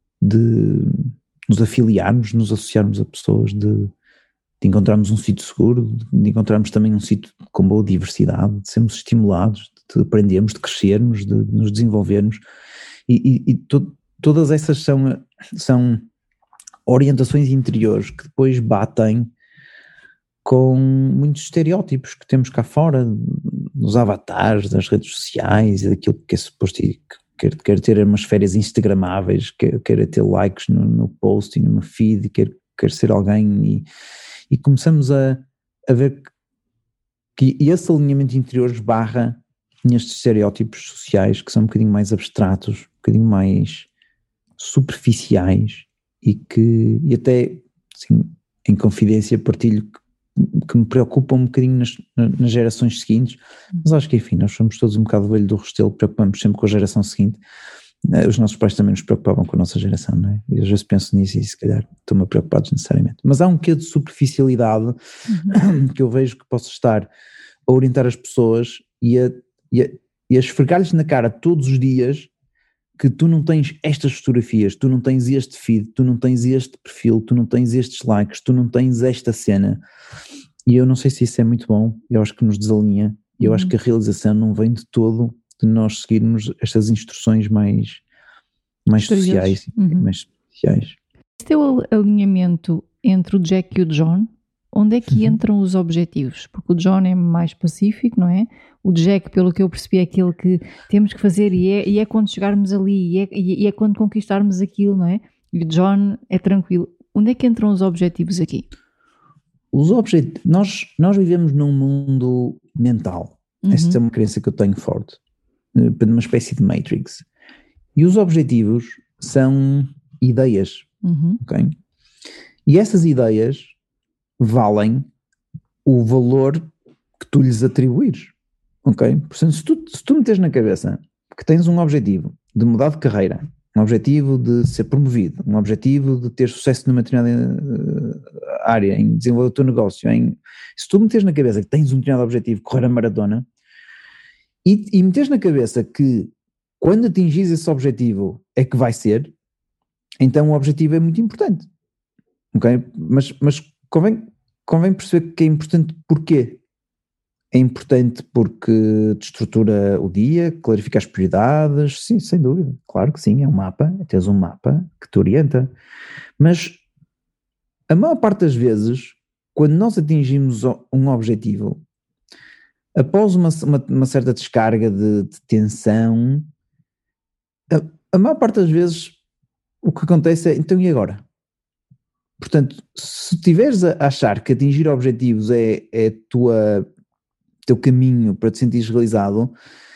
de nos afiliarmos, nos associarmos a pessoas, de, de encontrarmos um sítio seguro, de encontrarmos também um sítio com boa diversidade, de sermos estimulados, de aprendermos, de crescermos, de, de nos desenvolvermos, e, e, e to, todas essas são, são orientações interiores que depois batem com muitos estereótipos que temos cá fora, nos avatares das redes sociais e daquilo que é suposto, que quer, quer ter umas férias instagramáveis, quer, quer ter likes no, no post e no meu feed, quer, quer ser alguém, e, e começamos a, a ver que, que esse alinhamento interior esbarra nestes estereótipos sociais que são um bocadinho mais abstratos, um bocadinho mais superficiais, e que, e até, assim, em confidência partilho que, que me preocupam um bocadinho nas, nas gerações seguintes, mas acho que enfim, nós somos todos um bocado velho do restelo, preocupamos sempre com a geração seguinte, os nossos pais também nos preocupavam com a nossa geração, não é? E às vezes penso nisso e se calhar estou-me preocupados necessariamente, mas há um quê de superficialidade uhum. que eu vejo que posso estar a orientar as pessoas e a, e a, e a esfregar-lhes na cara todos os dias que tu não tens estas fotografias, tu não tens este feed, tu não tens este perfil, tu não tens estes likes, tu não tens esta cena, e eu não sei se isso é muito bom, eu acho que nos desalinha, e eu uhum. acho que a realização não vem de todo de nós seguirmos estas instruções mais, mais sociais, uhum. mais sociais. Este é o alinhamento entre o Jack e o John, onde é que uhum. entram os objetivos? Porque o John é mais pacífico, não é? O Jack, pelo que eu percebi, é aquilo que temos que fazer e é, e é quando chegarmos ali, e é, e é quando conquistarmos aquilo, não é? E o John é tranquilo. Onde é que entram os objetivos aqui? Os objetivos, nós, nós vivemos num mundo mental. Uhum. Esta é uma crença que eu tenho forte, uma espécie de Matrix. E os objetivos são ideias, uhum. ok? E essas ideias valem o valor que tu lhes atribuires, ok? Portanto, se tu, se tu meteres na cabeça que tens um objetivo de mudar de carreira, um objetivo de ser promovido, um objetivo de ter sucesso numa determinada área, em desenvolver o teu negócio, em, se tu meteres na cabeça que tens um determinado objetivo, correr a maratona, e, e meteres na cabeça que quando atingires esse objetivo é que vai ser, então o objetivo é muito importante, ok? Mas, mas convém, convém perceber que é importante porquê. É importante porque te estrutura o dia, clarifica as prioridades, sim, sem dúvida, claro que sim, é um mapa, tens um mapa que te orienta, mas a maior parte das vezes, quando nós atingimos um objetivo, após uma, uma, uma certa descarga de, de tensão, a, a maior parte das vezes o que acontece é, então e agora? Portanto, se estiveres a achar que atingir objetivos é, é tua, teu caminho para te sentires realizado,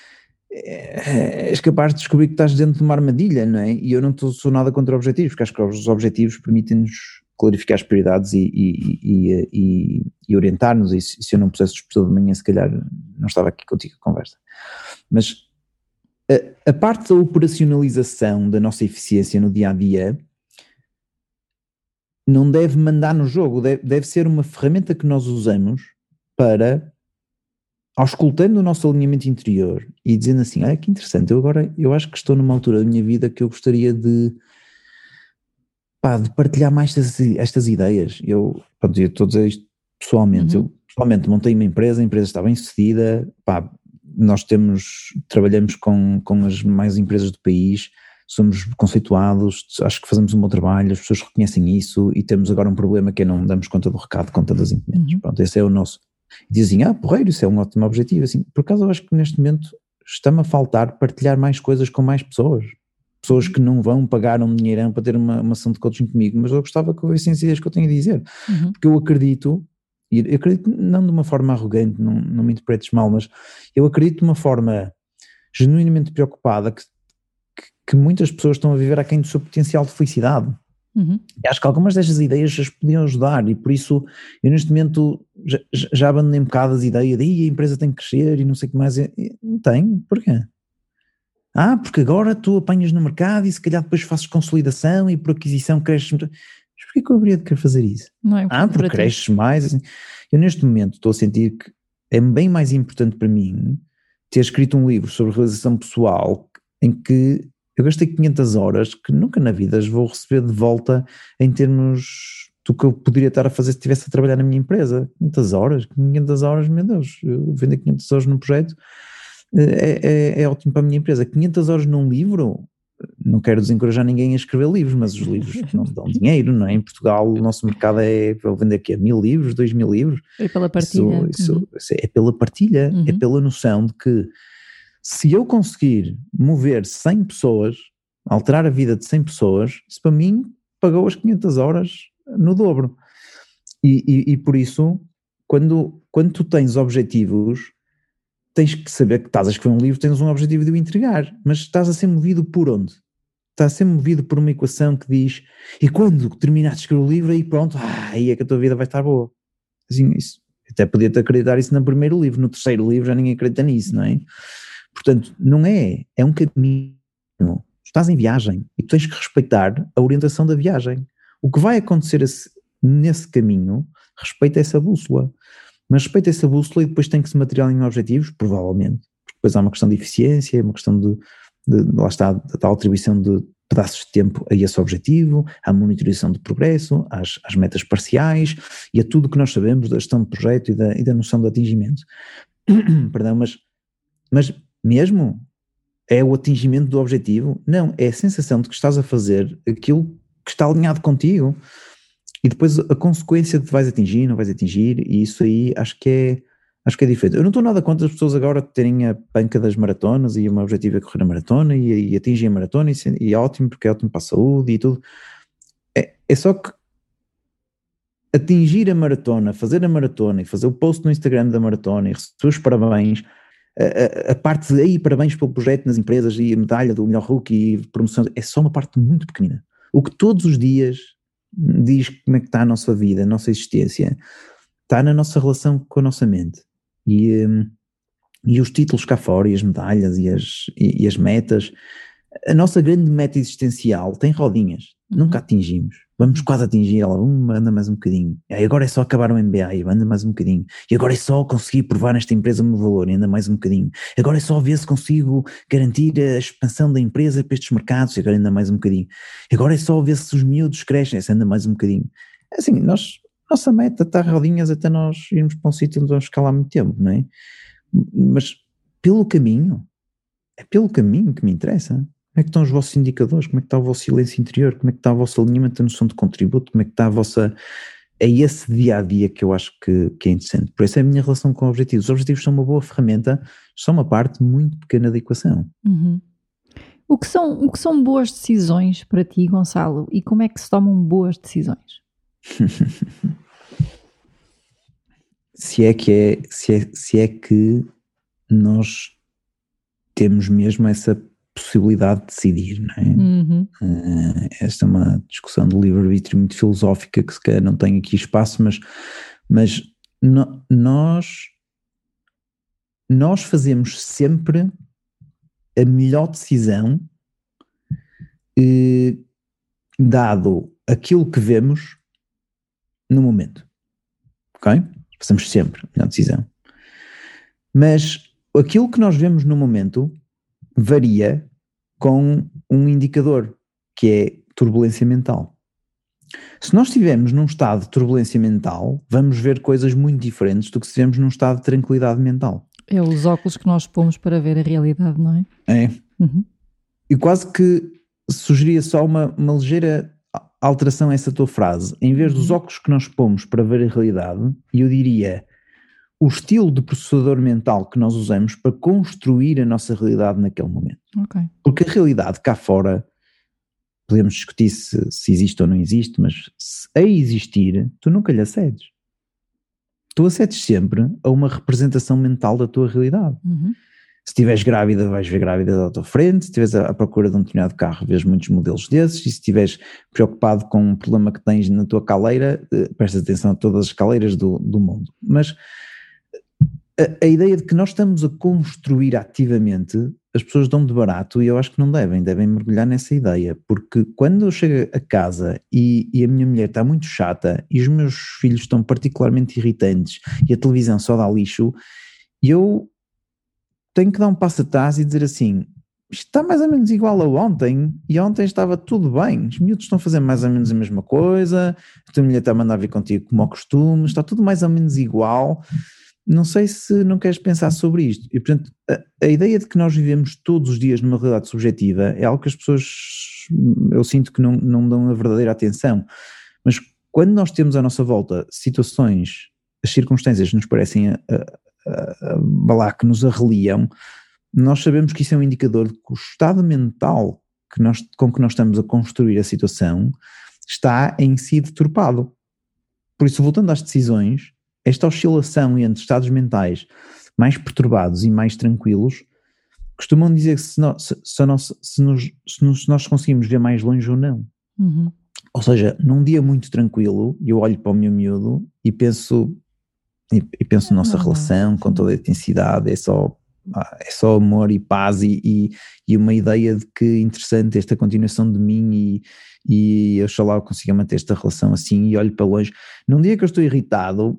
é, és capaz de descobrir que estás dentro de uma armadilha, não é? E eu não estou, sou nada contra objetivos, porque acho que os objetivos permitem-nos clarificar as prioridades e, e, e, e, e orientar-nos, e se, se eu não pusesse o despertador de manhã, se calhar não estava aqui contigo a conversa. Mas a, a parte da operacionalização da nossa eficiência no dia-a-dia não deve mandar no jogo, deve, deve ser uma ferramenta que nós usamos para, auscultando o nosso alinhamento interior e dizendo assim, ah, que interessante, eu agora, eu acho que estou numa altura da minha vida que eu gostaria de, pá, de partilhar mais estas, estas ideias. Eu, pronto, eu estou a dizer isto pessoalmente, uhum. eu pessoalmente montei uma empresa, a empresa está bem sucedida, pá, nós temos, trabalhamos com, com as mais empresas do país, somos conceituados, acho que fazemos um bom trabalho, as pessoas reconhecem isso e temos agora um problema que é não damos conta do recado, conta das encomendas. Uhum. Pronto, esse é o nosso. E dizem, ah, porreiro, isso é um ótimo objetivo. Assim, por acaso eu acho que neste momento está-me a faltar partilhar mais coisas com mais pessoas. Pessoas que não vão pagar um dinheirão para ter uma, uma ação de coaching comigo, mas eu gostava que houvessem ideias que eu tenho a dizer. Uhum. Porque eu acredito, e eu acredito não de uma forma arrogante, não, não me interpretes mal, mas eu acredito de uma forma genuinamente preocupada que, que, que muitas pessoas estão a viver aquém do seu potencial de felicidade. Uhum. E acho que algumas destas ideias as podiam ajudar e por isso eu neste momento já, já abandonei um bocado as ideias de a empresa tem que crescer e não sei o que mais. Não tem, porquê? Ah, porque agora tu apanhas no mercado e se calhar depois fazes consolidação e por aquisição cresces. Mas porquê que eu haveria de querer fazer isso? Não é ah, porque cresces mais. Assim. Eu neste momento estou a sentir que é bem mais importante para mim ter escrito um livro sobre realização pessoal em que eu gastei quinhentas horas que nunca na vida as vou receber de volta em termos do que eu poderia estar a fazer se estivesse a trabalhar na minha empresa. quinhentas horas, quinhentas horas, meu Deus, eu vender quinhentas horas num projeto é, é, é ótimo para a minha empresa. quinhentas horas num livro, não quero desencorajar ninguém a escrever livros, mas os livros não dão dinheiro, não é? Em Portugal o nosso mercado é, vou vender aqui a mil livros, dois mil livros. É pela partilha. Isso, isso, uhum. isso é pela partilha, uhum. é pela noção de que se eu conseguir mover cem pessoas, alterar a vida de cem pessoas, isso para mim pagou as quinhentas horas no dobro. E, e, e por isso, quando, quando tu tens objetivos, tens que saber que estás a escrever um livro, tens um objetivo de o entregar, mas estás a ser movido por onde? Estás a ser movido por uma equação que diz, e quando terminaste de escrever o livro, aí pronto, ah, aí é que a tua vida vai estar boa. Assim, isso, até podia-te acreditar isso no primeiro livro, no terceiro livro já ninguém acredita nisso, não é? Portanto, não é, é um caminho, tu estás em viagem e tu tens que respeitar a orientação da viagem. O que vai acontecer esse, nesse caminho, respeita essa bússola, mas respeita essa bússola e depois tem que se materializar em objetivos, provavelmente, porque depois há uma questão de eficiência, uma questão de, de lá está, da tal atribuição de pedaços de tempo a esse objetivo, à monitorização de progresso, às, às metas parciais e a tudo que nós sabemos da gestão de projeto e da, e da noção de atingimento. Perdão, mas, mas mesmo é o atingimento do objetivo? Não, é a sensação de que estás a fazer aquilo que está alinhado contigo e depois a consequência de vais atingir, não vais atingir, e isso aí acho que é, acho que é diferente. Eu não estou nada contra as pessoas agora terem a panca das maratonas e o meu objetivo é correr a maratona e, e atingir a maratona e, e é ótimo porque é ótimo para a saúde e tudo. É, é só que atingir a maratona, fazer a maratona e fazer o post no Instagram da maratona e receber os parabéns. A, a, a parte de aí, parabéns pelo projeto nas empresas e a medalha do melhor rookie e promoção, é só uma parte muito pequenina. O que todos os dias diz como é que está a nossa vida, a nossa existência, está na nossa relação com a nossa mente. E, um, e os títulos cá fora, e as medalhas, e as, e, e as metas, a nossa grande meta existencial tem rodinhas, uhum. nunca atingimos. Vamos quase atingir ela, um, anda mais um bocadinho. E agora é só acabar o M B A, anda mais um bocadinho. E agora é só conseguir provar nesta empresa o meu valor, anda mais um bocadinho. Agora é só ver se consigo garantir a expansão da empresa para estes mercados, e agora anda mais um bocadinho. E agora é só ver se os miúdos crescem, anda mais um bocadinho. Assim, nós, nossa meta está rodinhas até nós irmos para um sítio onde vamos ficar lá muito tempo, não é? Mas pelo caminho, é pelo caminho que me interessa. Como é que estão os vossos indicadores? Como é que está o vosso silêncio interior? Como é que está o vosso alinhamento da noção de contributo? Como é que está a vossa... É esse dia-a-dia que eu acho que, que é interessante. Por isso é a minha relação com objetivos. Os objetivos são uma boa ferramenta, são uma parte muito pequena da equação. Uhum. O que são, o que são boas decisões para ti, Gonçalo? E como é que se tomam boas decisões? se é que é, se é, se é que nós temos mesmo essa possibilidade de decidir, não é? Uhum. Uh, esta é uma discussão do livre-arbítrio muito filosófica que se calhar não tem aqui espaço, mas, mas no, nós, nós fazemos sempre a melhor decisão eh, dado aquilo que vemos no momento, ok? Fazemos sempre a melhor decisão. Mas aquilo que nós vemos no momento varia com um indicador, que é turbulência mental. Se nós estivermos num estado de turbulência mental, vamos ver coisas muito diferentes do que se estivermos num estado de tranquilidade mental. É os óculos que nós pomos para ver a realidade, não é? É. Uhum. E quase que sugeria só uma, uma ligeira alteração a essa tua frase. Em vez dos óculos que nós pomos para ver a realidade, eu diria o estilo de processador mental que nós usamos para construir a nossa realidade naquele momento. Ok. Porque a realidade cá fora, podemos discutir se, se existe ou não existe, mas se a existir, tu nunca lhe acedes. Tu acedes sempre a uma representação mental da tua realidade. Uhum. Se estiveres grávida, vais ver grávida à tua frente. Se estiveres à procura de um determinado carro, vês muitos modelos desses. E se estiveres preocupado com um problema que tens na tua caleira, prestas atenção a todas as caleiras do, do mundo. Mas a, a ideia de que nós estamos a construir ativamente, as pessoas dão de barato, e eu acho que não devem, devem mergulhar nessa ideia, porque quando eu chego a casa e, e a minha mulher está muito chata e os meus filhos estão particularmente irritantes e a televisão só dá lixo, eu tenho que dar um passo atrás e dizer assim, isto está mais ou menos igual a ontem, e ontem estava tudo bem, os miúdos estão a fazer mais ou menos a mesma coisa, a tua mulher está a mandar vir contigo como ao costume, está tudo mais ou menos igual. Não sei se não queres pensar sobre isto. E, portanto, a, a ideia de que nós vivemos todos os dias numa realidade subjetiva é algo que as pessoas, eu sinto que não, não dão a verdadeira atenção. Mas quando nós temos à nossa volta situações, as circunstâncias nos parecem a, a, a, a, que nos arreliam, nós sabemos que isso é um indicador de que o estado mental que nós, com que nós estamos a construir a situação está em si deturpado. Por isso, voltando às decisões, esta oscilação entre estados mentais mais perturbados e mais tranquilos, costumam dizer se nós, se, se nós, se nos, se nos, se nós conseguimos ver mais longe ou não. Uhum. Ou seja, num dia muito tranquilo, eu olho para o meu miúdo e penso, e, e penso na nossa Não, relação não. com toda a intensidade, é só, é só amor e paz e, e, e uma ideia de que interessante esta continuação de mim e, e oxalá eu consiga manter esta relação assim, e olho para longe. Num dia que eu estou irritado,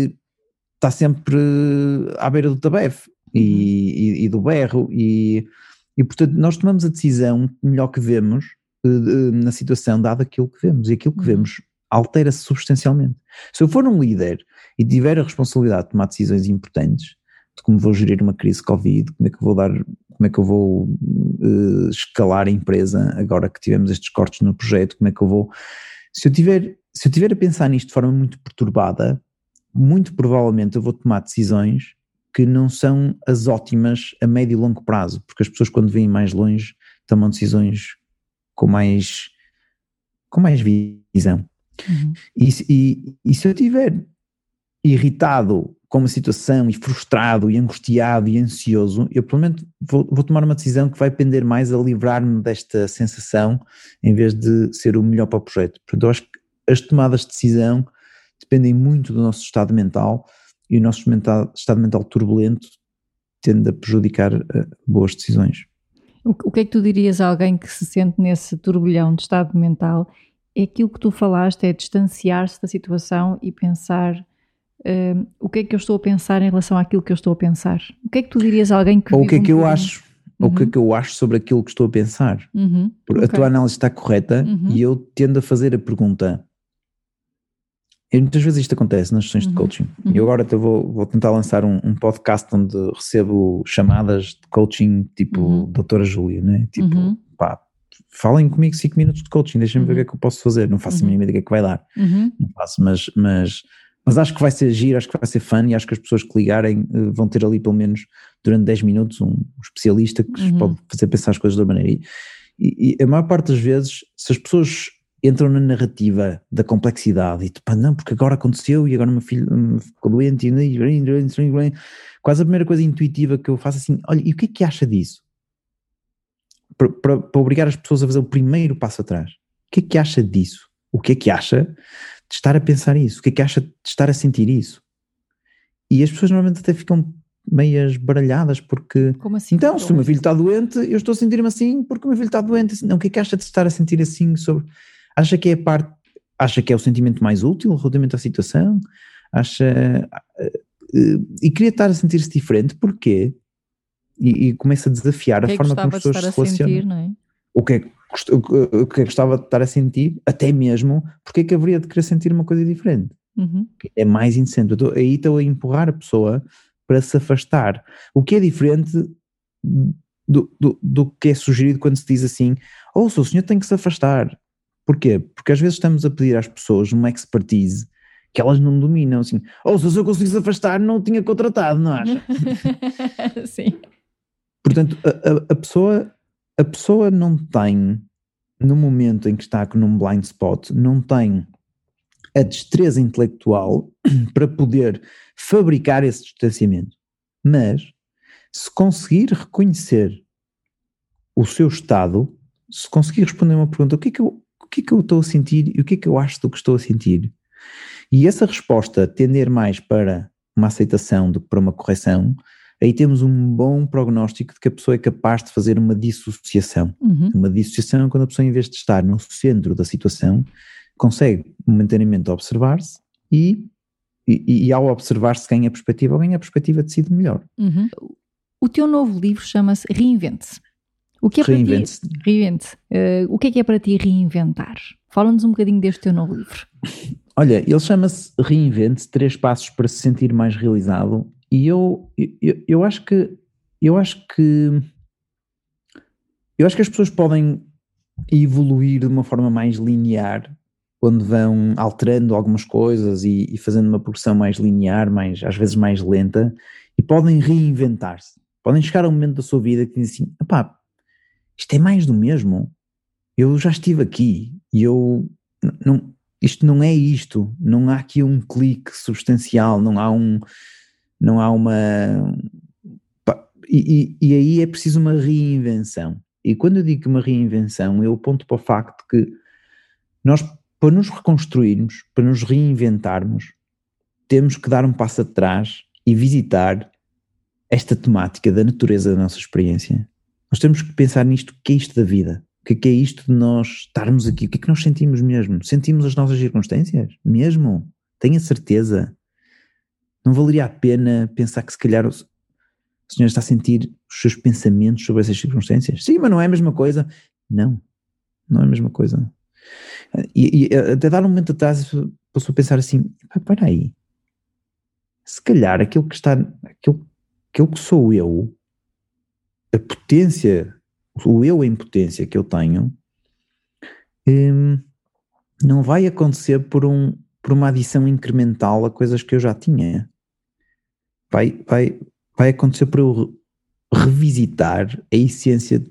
está sempre à beira do tabefe e, Uhum. e, e do berro e, e portanto nós tomamos a decisão melhor que vemos uh, na situação dado aquilo que vemos, e aquilo que Uhum. vemos altera-se substancialmente. Se eu for um líder e tiver a responsabilidade de tomar decisões importantes, de como vou gerir uma crise Covid, como é que vou dar, como é que eu vou uh, escalar a empresa agora que tivemos estes cortes no projeto, como é que eu vou, se eu tiver, se eu tiver a pensar nisto de forma muito perturbada, muito provavelmente eu vou tomar decisões que não são as ótimas a médio e longo prazo, porque as pessoas quando vêm mais longe tomam decisões com mais, com mais visão. Uhum. E, e, e se eu estiver irritado com uma situação e frustrado e angustiado e ansioso, eu provavelmente vou, vou tomar uma decisão que vai pender mais a livrar-me desta sensação em vez de ser o melhor para o projeto. Portanto, eu acho que as tomadas de decisão dependem muito do nosso estado mental, e o nosso mental, estado mental turbulento tende a prejudicar uh, boas decisões. O, o que é que tu dirias a alguém que se sente nesse turbilhão de estado mental? É aquilo que tu falaste, é distanciar-se da situação e pensar uh, o que é que eu estou a pensar em relação àquilo que eu estou a pensar. O que é que tu dirias a alguém que ou vive o que é que um eu bocadinho? acho Uhum. ou o que é que eu acho sobre aquilo que estou a pensar? Uhum. Porque Okay. a tua análise está correta, uhum. e eu tendo a fazer a pergunta. E muitas vezes isto acontece nas sessões uhum. de coaching. E uhum. eu agora vou, vou tentar lançar um, um podcast onde recebo chamadas de coaching tipo uhum. doutora Júlia, né? Tipo, uhum. pá, falem comigo cinco minutos de coaching, deixem-me uhum. ver o que é que eu posso fazer. Não faço uhum. a mínima ideia do que é que vai dar. Uhum. Não faço, mas, mas, mas acho que vai ser giro, acho que vai ser fun, e acho que as pessoas que ligarem uh, vão ter ali pelo menos durante dez minutos um, um especialista que uhum. pode fazer pensar as coisas de outra maneira. E, e a maior parte das vezes, se as pessoas entram na narrativa da complexidade e tipo, não, porque agora aconteceu e agora o meu filho ficou doente e quase a primeira coisa intuitiva que eu faço assim, olha, e o que é que acha disso? Para, para, para obrigar as pessoas a fazer o primeiro passo atrás. O que é que acha disso? O que é que acha de estar a pensar isso? O que é que acha de estar a sentir isso? E as pessoas normalmente até ficam meias baralhadas porque, como assim? Então, se o meu filho está doente, eu estou a sentir-me assim porque o meu filho está doente. Não, o que é que acha de estar a sentir assim sobre... Acha que é a parte, acha que é o sentimento mais útil relativamente à situação? Acha, e queria estar a sentir-se diferente, porquê? E, e começa a desafiar que a é forma como as pessoas se relacionam. Sentir, não é? O que é que o que é que gostava de estar a sentir, até mesmo, porque é que haveria de querer sentir uma coisa diferente? Uhum. É mais interessante. Estou, aí estou a empurrar a pessoa para se afastar, o que é diferente do, do, do que é sugerido quando se diz assim, ouça, o senhor tem que se afastar. Porquê? Porque às vezes estamos a pedir às pessoas uma expertise que elas não dominam, assim, ouça, se eu conseguisse afastar não o tinha contratado, não acha? Sim. Portanto, a, a, a, pessoa, a pessoa não tem, no momento em que está num blind spot, não tem a destreza intelectual para poder fabricar esse distanciamento. Mas, se conseguir reconhecer o seu estado, se conseguir responder uma pergunta, o que é que eu, o que é que eu estou a sentir e o que é que eu acho do que estou a sentir? E essa resposta tender mais para uma aceitação do que para uma correção, aí temos um bom prognóstico de que a pessoa é capaz de fazer uma dissociação. Uhum. Uma dissociação é quando a pessoa, em vez de estar no centro da situação, consegue momentaneamente observar-se e, e, e ao observar-se ganha perspectiva, ou ganha a perspectiva decide melhor. Uhum. O teu novo livro chama-se Reinvente-se. O que é Reinvente-se. para ti, Reinvente. Uh, o que é que é para ti reinventar? Fala-nos um bocadinho deste teu novo livro. Olha, ele chama-se Reinvente-se, três passos para se sentir mais realizado, e eu, eu, eu acho que eu acho que eu acho que as pessoas podem evoluir de uma forma mais linear quando vão alterando algumas coisas e, e fazendo uma progressão mais linear, mais, às vezes mais lenta, e podem reinventar-se. Podem chegar a um momento da sua vida que dizem assim, epá, isto é mais do mesmo, eu já estive aqui e eu não, isto não é isto, não há aqui um clique substancial, não há um, não há uma, pá, e, e, e aí é preciso uma reinvenção. E quando eu digo uma reinvenção, eu aponto para o facto que nós, para nos reconstruirmos, para nos reinventarmos, temos que dar um passo atrás e visitar esta temática da natureza da nossa experiência. Nós temos que pensar nisto, o que é isto da vida? O que é, que é isto de nós estarmos aqui? O que é que nós sentimos mesmo? Sentimos as nossas circunstâncias? Mesmo? Tenha certeza. Não valeria a pena pensar que se calhar o senhor está a sentir os seus pensamentos sobre essas circunstâncias? Sim, mas não é a mesma coisa. Não, não é a mesma coisa. E, e até dar um momento atrás passou a pensar assim, espera aí, se calhar aquilo que está, aquilo, aquilo que sou eu, a potência, o eu em potência que eu tenho, hum, não vai acontecer por, um, por uma adição incremental a coisas que eu já tinha. Vai, vai, vai acontecer por eu revisitar a essência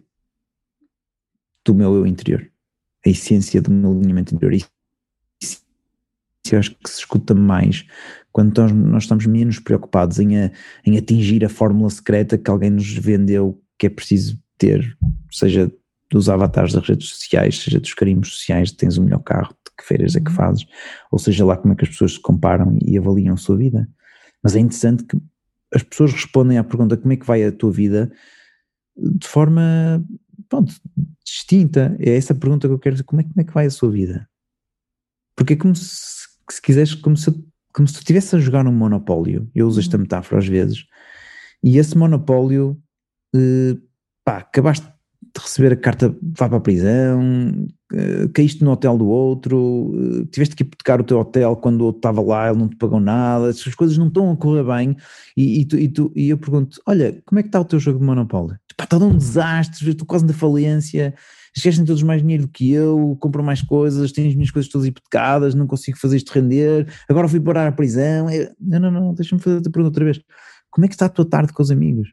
do meu eu interior, a essência do meu alinhamento interior. Isso eu acho que se escuta mais quando nós, nós estamos menos preocupados em, a, em atingir a fórmula secreta que alguém nos vendeu que é preciso ter, seja dos avatares das redes sociais, seja dos carimbos sociais, de tens o melhor carro, de que feiras é que fazes, ou seja lá como é que as pessoas se comparam e avaliam a sua vida. Mas é interessante que as pessoas respondem à pergunta como é que vai a tua vida de forma, pronto, distinta. É essa a pergunta que eu quero dizer, como é, como é que vai a sua vida? Porque é como se, se quiseres, como se, como se tu estivesse a jogar um monopólio, eu uso uhum. esta metáfora às vezes, e esse monopólio, eh, pá, acabaste de receber a carta, vai para a prisão, eh, caíste no hotel do outro, eh, tiveste que hipotecar o teu hotel quando o outro estava lá, ele não te pagou nada, essas coisas não estão a correr bem, e, e, tu, e, tu, e eu pergunto, olha, como é que está o teu jogo de monopólio? Pá, está um desastre, estou quase na falência, esquecem todos mais dinheiro do que eu, compram mais coisas, tenho as minhas coisas todas hipotecadas, não consigo fazer isto render, agora fui parar à prisão, é, não, não, não, deixa-me fazer a pergunta outra vez, como é que está a tua tarde com os amigos?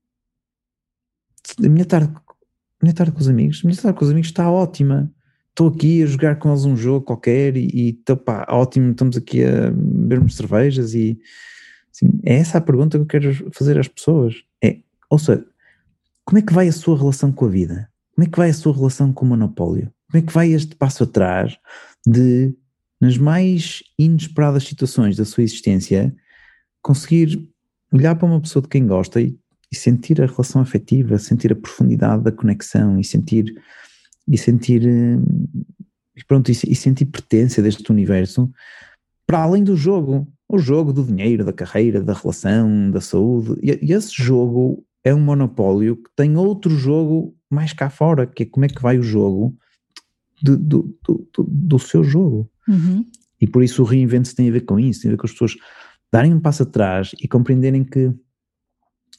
A minha tarde, a minha tarde com os amigos, a minha tarde com os amigos está ótima, estou aqui a jogar com eles um jogo qualquer e, e tá, pá, ótimo, estamos aqui a bebermos cervejas e assim, é essa a pergunta que eu quero fazer às pessoas, é, ou seja, como é que vai a sua relação com a vida? Como é que vai a sua relação com o monopólio? Como é que vai este passo atrás de, nas mais inesperadas situações da sua existência, conseguir olhar para uma pessoa de quem gosta e, e sentir a relação afetiva, sentir a profundidade da conexão e sentir, e sentir, e pronto, e, e sentir pertença deste universo para além do jogo, o jogo do dinheiro, da carreira, da relação, da saúde, e, e esse jogo é um monopólio que tem outro jogo mais cá fora, que é como é que vai o jogo do, do, do, do, do seu jogo. Uhum. E por isso o reinvento tem a ver com isso, tem a ver com as pessoas darem um passo atrás e compreenderem que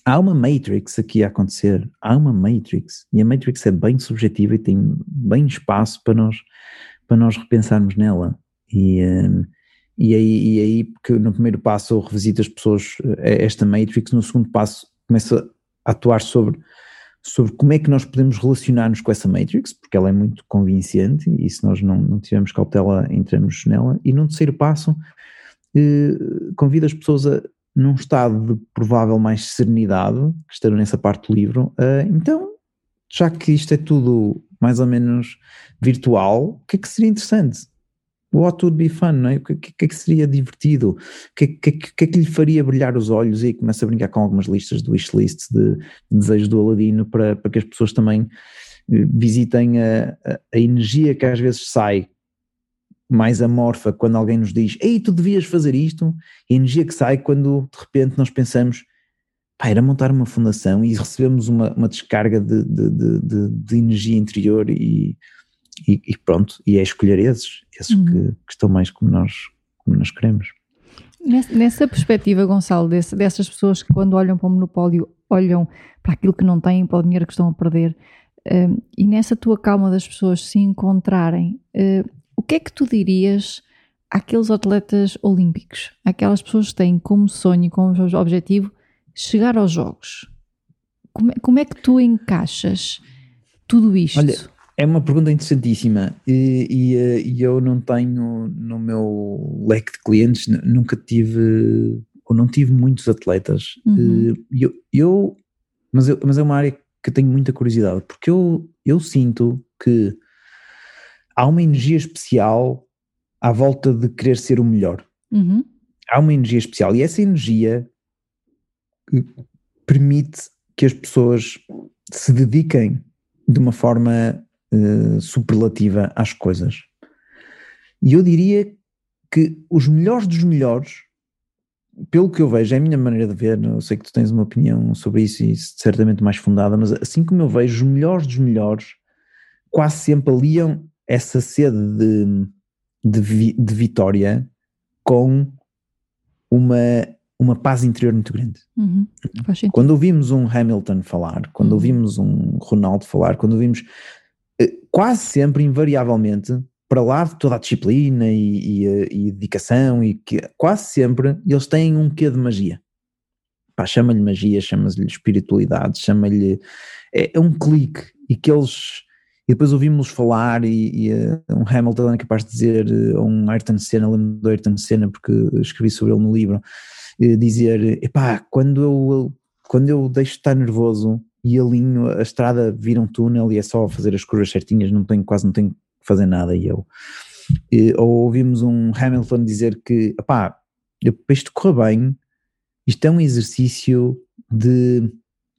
há uma Matrix aqui a acontecer, há uma Matrix, e a Matrix é bem subjetiva e tem bem espaço para nós, para nós repensarmos nela, e, um, e, aí, e aí, porque no primeiro passo eu revisito as pessoas, esta Matrix, no segundo passo começo a atuar sobre, sobre como é que nós podemos relacionar-nos com essa Matrix, porque ela é muito convincente, e se nós não, não tivermos cautela, entramos nela, e no terceiro passo eh, convido as pessoas a num estado de provável mais serenidade, que estarão nessa parte do livro, uh, então, já que isto é tudo mais ou menos virtual, o que é que seria interessante? What would be fun, não é? O que, que, que é que seria divertido? O que, que, que, que é que lhe faria brilhar os olhos? E começa a brincar com algumas listas de wishlists de, de desejos do Aladino para, para que as pessoas também uh, visitem a, a, a energia que às vezes sai mais amorfa quando alguém nos diz ei, tu devias fazer isto, e a energia que sai quando de repente nós pensamos pá, era montar uma fundação e recebemos uma, uma descarga de, de, de, de energia interior e, e, e pronto, e é escolher esses, esses uhum. que, que estão mais como nós, como nós queremos. Nessa, nessa perspectiva, Gonçalo, desse, dessas pessoas que quando olham para o monopólio olham para aquilo que não têm, para o dinheiro que estão a perder, um, e nessa tua calma das pessoas se encontrarem, uh, o que é que tu dirias àqueles atletas olímpicos, àquelas pessoas que têm como sonho e como objetivo chegar aos Jogos? Como é, como é que tu encaixas tudo isto? Olha, é uma pergunta interessantíssima e, e, e eu não tenho no meu leque de clientes, nunca tive, ou não tive muitos atletas. Uhum. Eu, eu, mas, eu, mas é uma área que eu tenho muita curiosidade, porque eu, eu sinto que há uma energia especial à volta de querer ser o melhor. Uhum. Há uma energia especial e essa energia permite que as pessoas se dediquem de uma forma uh, superlativa às coisas. E eu diria que os melhores dos melhores, pelo que eu vejo, é a minha maneira de ver, eu sei que tu tens uma opinião sobre isso e certamente mais fundada, mas assim como eu vejo, os melhores dos melhores quase sempre aliam essa sede de, de, vi, de vitória com uma, uma paz interior muito grande. Uhum. Quando ouvimos um Hamilton falar, quando uhum. ouvimos um Ronaldo falar, quando ouvimos quase sempre, invariavelmente, para lá de toda a disciplina e, e, e dedicação, e que quase sempre eles têm um quê de magia. Pá, chama-lhe magia, chama-lhe espiritualidade, chama-lhe... É, é um clique, e que eles... E depois ouvimos-los falar e, e uh, um Hamilton é capaz de dizer, uh, um Ayrton Senna, lembro do Ayrton Senna porque escrevi sobre ele no livro, uh, dizer, epá, quando eu, quando eu deixo de estar nervoso e alinho, a estrada vira um túnel e é só fazer as curvas certinhas, não tenho, quase não tenho que fazer nada, e eu. E, ou ouvimos um Hamilton dizer que, epá, para isto correr bem, isto é um exercício de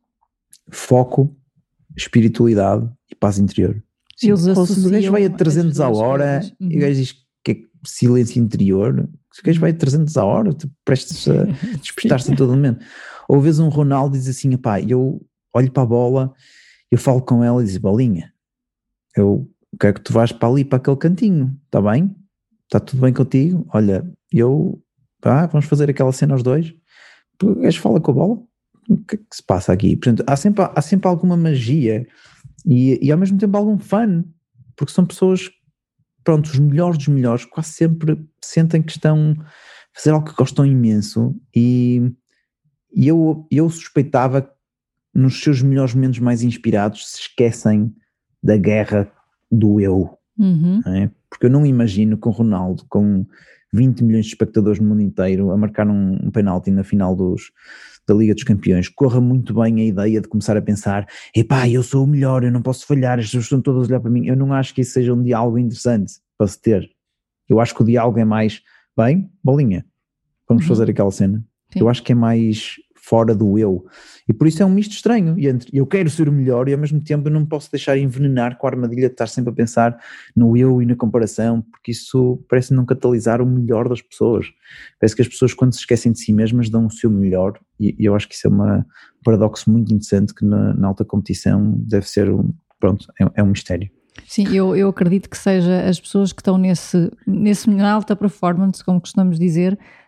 foco, espiritualidade e paz interior. Sim, eles se o gajo vai a trezentos a hora uhum. e o gajo diz que é silêncio interior, se o gajo vai a trezentos a hora, tu prestes a despertar-se a todo momento. Ou vezes um Ronaldo diz assim, pá, eu olho para a bola, eu falo com ela e diz, bolinha, eu quero que tu vás para ali, para aquele cantinho, está bem? Está tudo bem contigo? Olha, eu, pá, vamos fazer aquela cena aos dois. O gajo fala com a bola, o que é que se passa aqui? Portanto, há sempre, há sempre alguma magia e, e ao mesmo tempo algum fun, porque são pessoas, pronto, os melhores dos melhores, quase sempre sentem que estão a fazer algo que gostam imenso, e, e eu, eu suspeitava que nos seus melhores momentos mais inspirados se esquecem da guerra do eu, uhum. não é? Porque eu não imagino que o Ronaldo, com vinte milhões de espectadores no mundo inteiro, a marcar um, um penalti na final dos da Liga dos Campeões, corra muito bem a ideia de começar a pensar, epá, eu sou o melhor, eu não posso falhar, as pessoas estão todas a olhar para mim. Eu não acho que isso seja um diálogo interessante para se ter. Eu acho que o diálogo é mais, bem, bolinha, vamos uhum. fazer aquela cena. Sim. Eu acho que é mais fora do eu, e por isso é um misto estranho, e entre eu quero ser o melhor e ao mesmo tempo eu não posso deixar envenenar com a armadilha de estar sempre a pensar no eu e na comparação, porque isso parece não catalisar o melhor das pessoas. Parece que as pessoas, quando se esquecem de si mesmas, dão o seu melhor, e, e eu acho que isso é uma, um paradoxo muito interessante que na, na alta competição deve ser, um, pronto, é, é um mistério. Sim, eu, eu acredito que seja as pessoas que estão nesse, nesse na alta performance, como costumamos dizer,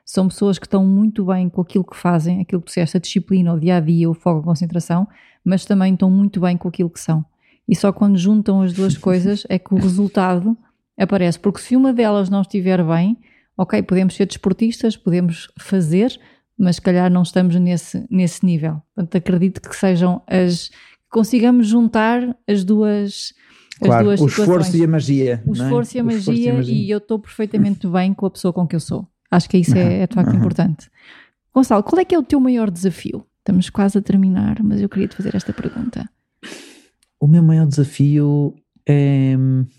São pessoas que estão muito bem com aquilo que fazem, aquilo que tu disseste, a disciplina, o dia-a-dia, o foco, a concentração, mas também estão muito bem com aquilo que são. E só quando juntam as duas coisas é que o resultado aparece. Porque se uma delas não estiver bem, ok, podemos ser desportistas, podemos fazer, mas se calhar não estamos nesse, nesse nível. Portanto, acredito que sejam as... consigamos juntar as duas... Claro, as duas o situações. esforço e a magia. O esforço, e a, o magia, esforço e a magia. E eu estou perfeitamente bem com a pessoa com que eu sou. Acho que isso é, é de facto uhum. importante. Gonçalo, qual é que é o teu maior desafio? Estamos quase a terminar, mas eu queria te fazer esta pergunta. O meu maior desafio é...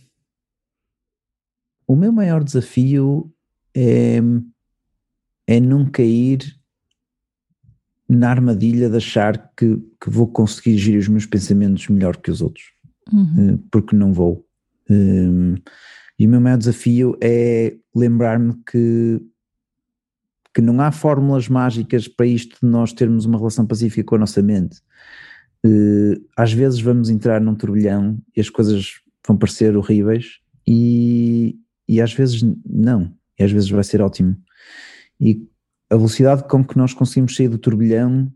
O meu maior desafio é, é não cair na armadilha de achar que, que vou conseguir gerir os meus pensamentos melhor que os outros. Uhum. Porque não vou. Um, e o meu maior desafio é lembrar-me que, que não há fórmulas mágicas para isto de nós termos uma relação pacífica com a nossa mente. Uh, às vezes vamos entrar num turbilhão e as coisas vão parecer horríveis e, e às vezes não, e às vezes vai ser ótimo. E a velocidade com que nós conseguimos sair do turbilhão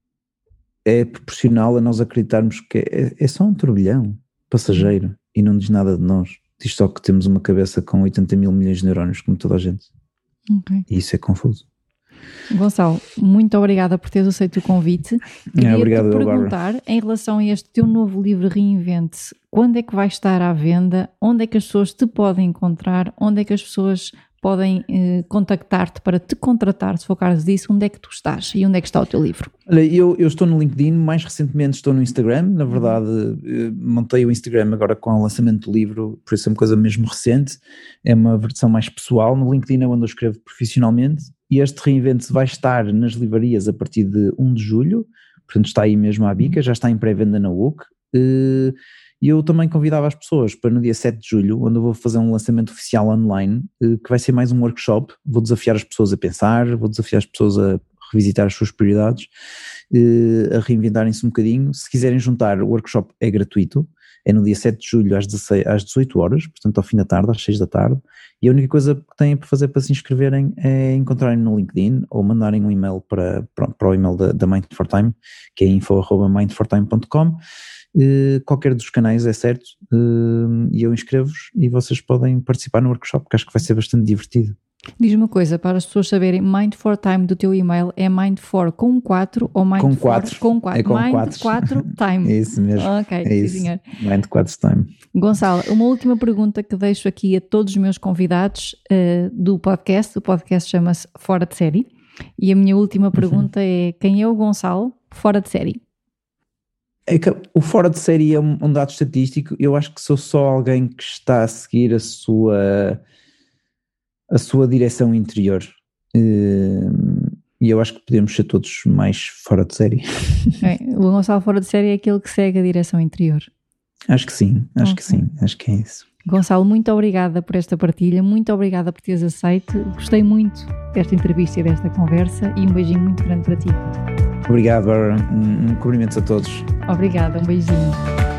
é proporcional a nós acreditarmos que é, é só um turbilhão passageiro e não diz nada de nós. Diz só que temos uma cabeça com oitenta mil milhões de neurónios, como toda a gente. Okay. E isso é confuso. Gonçalo, muito obrigada por teres aceito o convite. Queria é, obrigado, te perguntar, em relação a este teu novo livro Reinvente-se, quando é que vai estar à venda? Onde é que as pessoas te podem encontrar? Onde é que as pessoas podem eh, contactar-te para te contratar, se for caso disso? Onde é que tu estás e onde é que está o teu livro? Olha, eu, eu estou no LinkedIn, mais recentemente estou no Instagram, na verdade montei o Instagram agora com o lançamento do livro, por isso é uma coisa mesmo recente, é uma versão mais pessoal. No LinkedIn é onde eu escrevo profissionalmente e este Reinvente-se vai estar nas livrarias a partir de primeiro de julho, portanto está aí mesmo à bica, já está em pré-venda na U C. Uh, E eu também convidava as pessoas para no dia sete de julho, onde eu vou fazer um lançamento oficial online, que vai ser mais um workshop. Vou desafiar as pessoas a pensar, vou desafiar as pessoas a revisitar as suas prioridades, a reinventarem-se um bocadinho. Se quiserem juntar, o workshop é gratuito, é no dia sete de julho às, dezesseis, às dezoito horas, portanto ao fim da tarde, às seis da tarde, e a única coisa que têm para fazer para se inscreverem é encontrarem no LinkedIn ou mandarem um e-mail para, para, para o e-mail da, da Mind for Time, que é info arroba mind for time ponto com. Uh, qualquer dos canais é certo, uh, e eu inscrevo-vos e vocês podem participar no workshop, que acho que vai ser bastante divertido. Diz-me uma coisa, para as pessoas saberem, Mind for Time do teu e-mail é Mind for com quatro ou Mind com for quatro, com quatro? É com Mind quatro. quatro Time. É isso mesmo. Ok, é sim, isso. senhor. Mind quatro Time. Gonçalo, uma última pergunta que deixo aqui a todos os meus convidados uh, do podcast. O podcast chama-se Fora de Série. E a minha última pergunta uhum. é: quem é o Gonçalo fora de série? É que o fora de série é um, um dado estatístico. Eu acho que sou só alguém que está a seguir a sua, a sua direção interior. E eu acho que podemos ser todos mais fora de série. É, o Gonçalo fora de série é aquele que segue a direção interior. Acho que sim, acho okay. que sim, acho que é isso. Gonçalo, muito obrigada por esta partilha, muito obrigada por teres aceito. Gostei muito desta entrevista e desta conversa e um beijinho muito grande para ti. Obrigado, Bárbara. Um, um cumprimento a todos. Obrigada, um beijinho.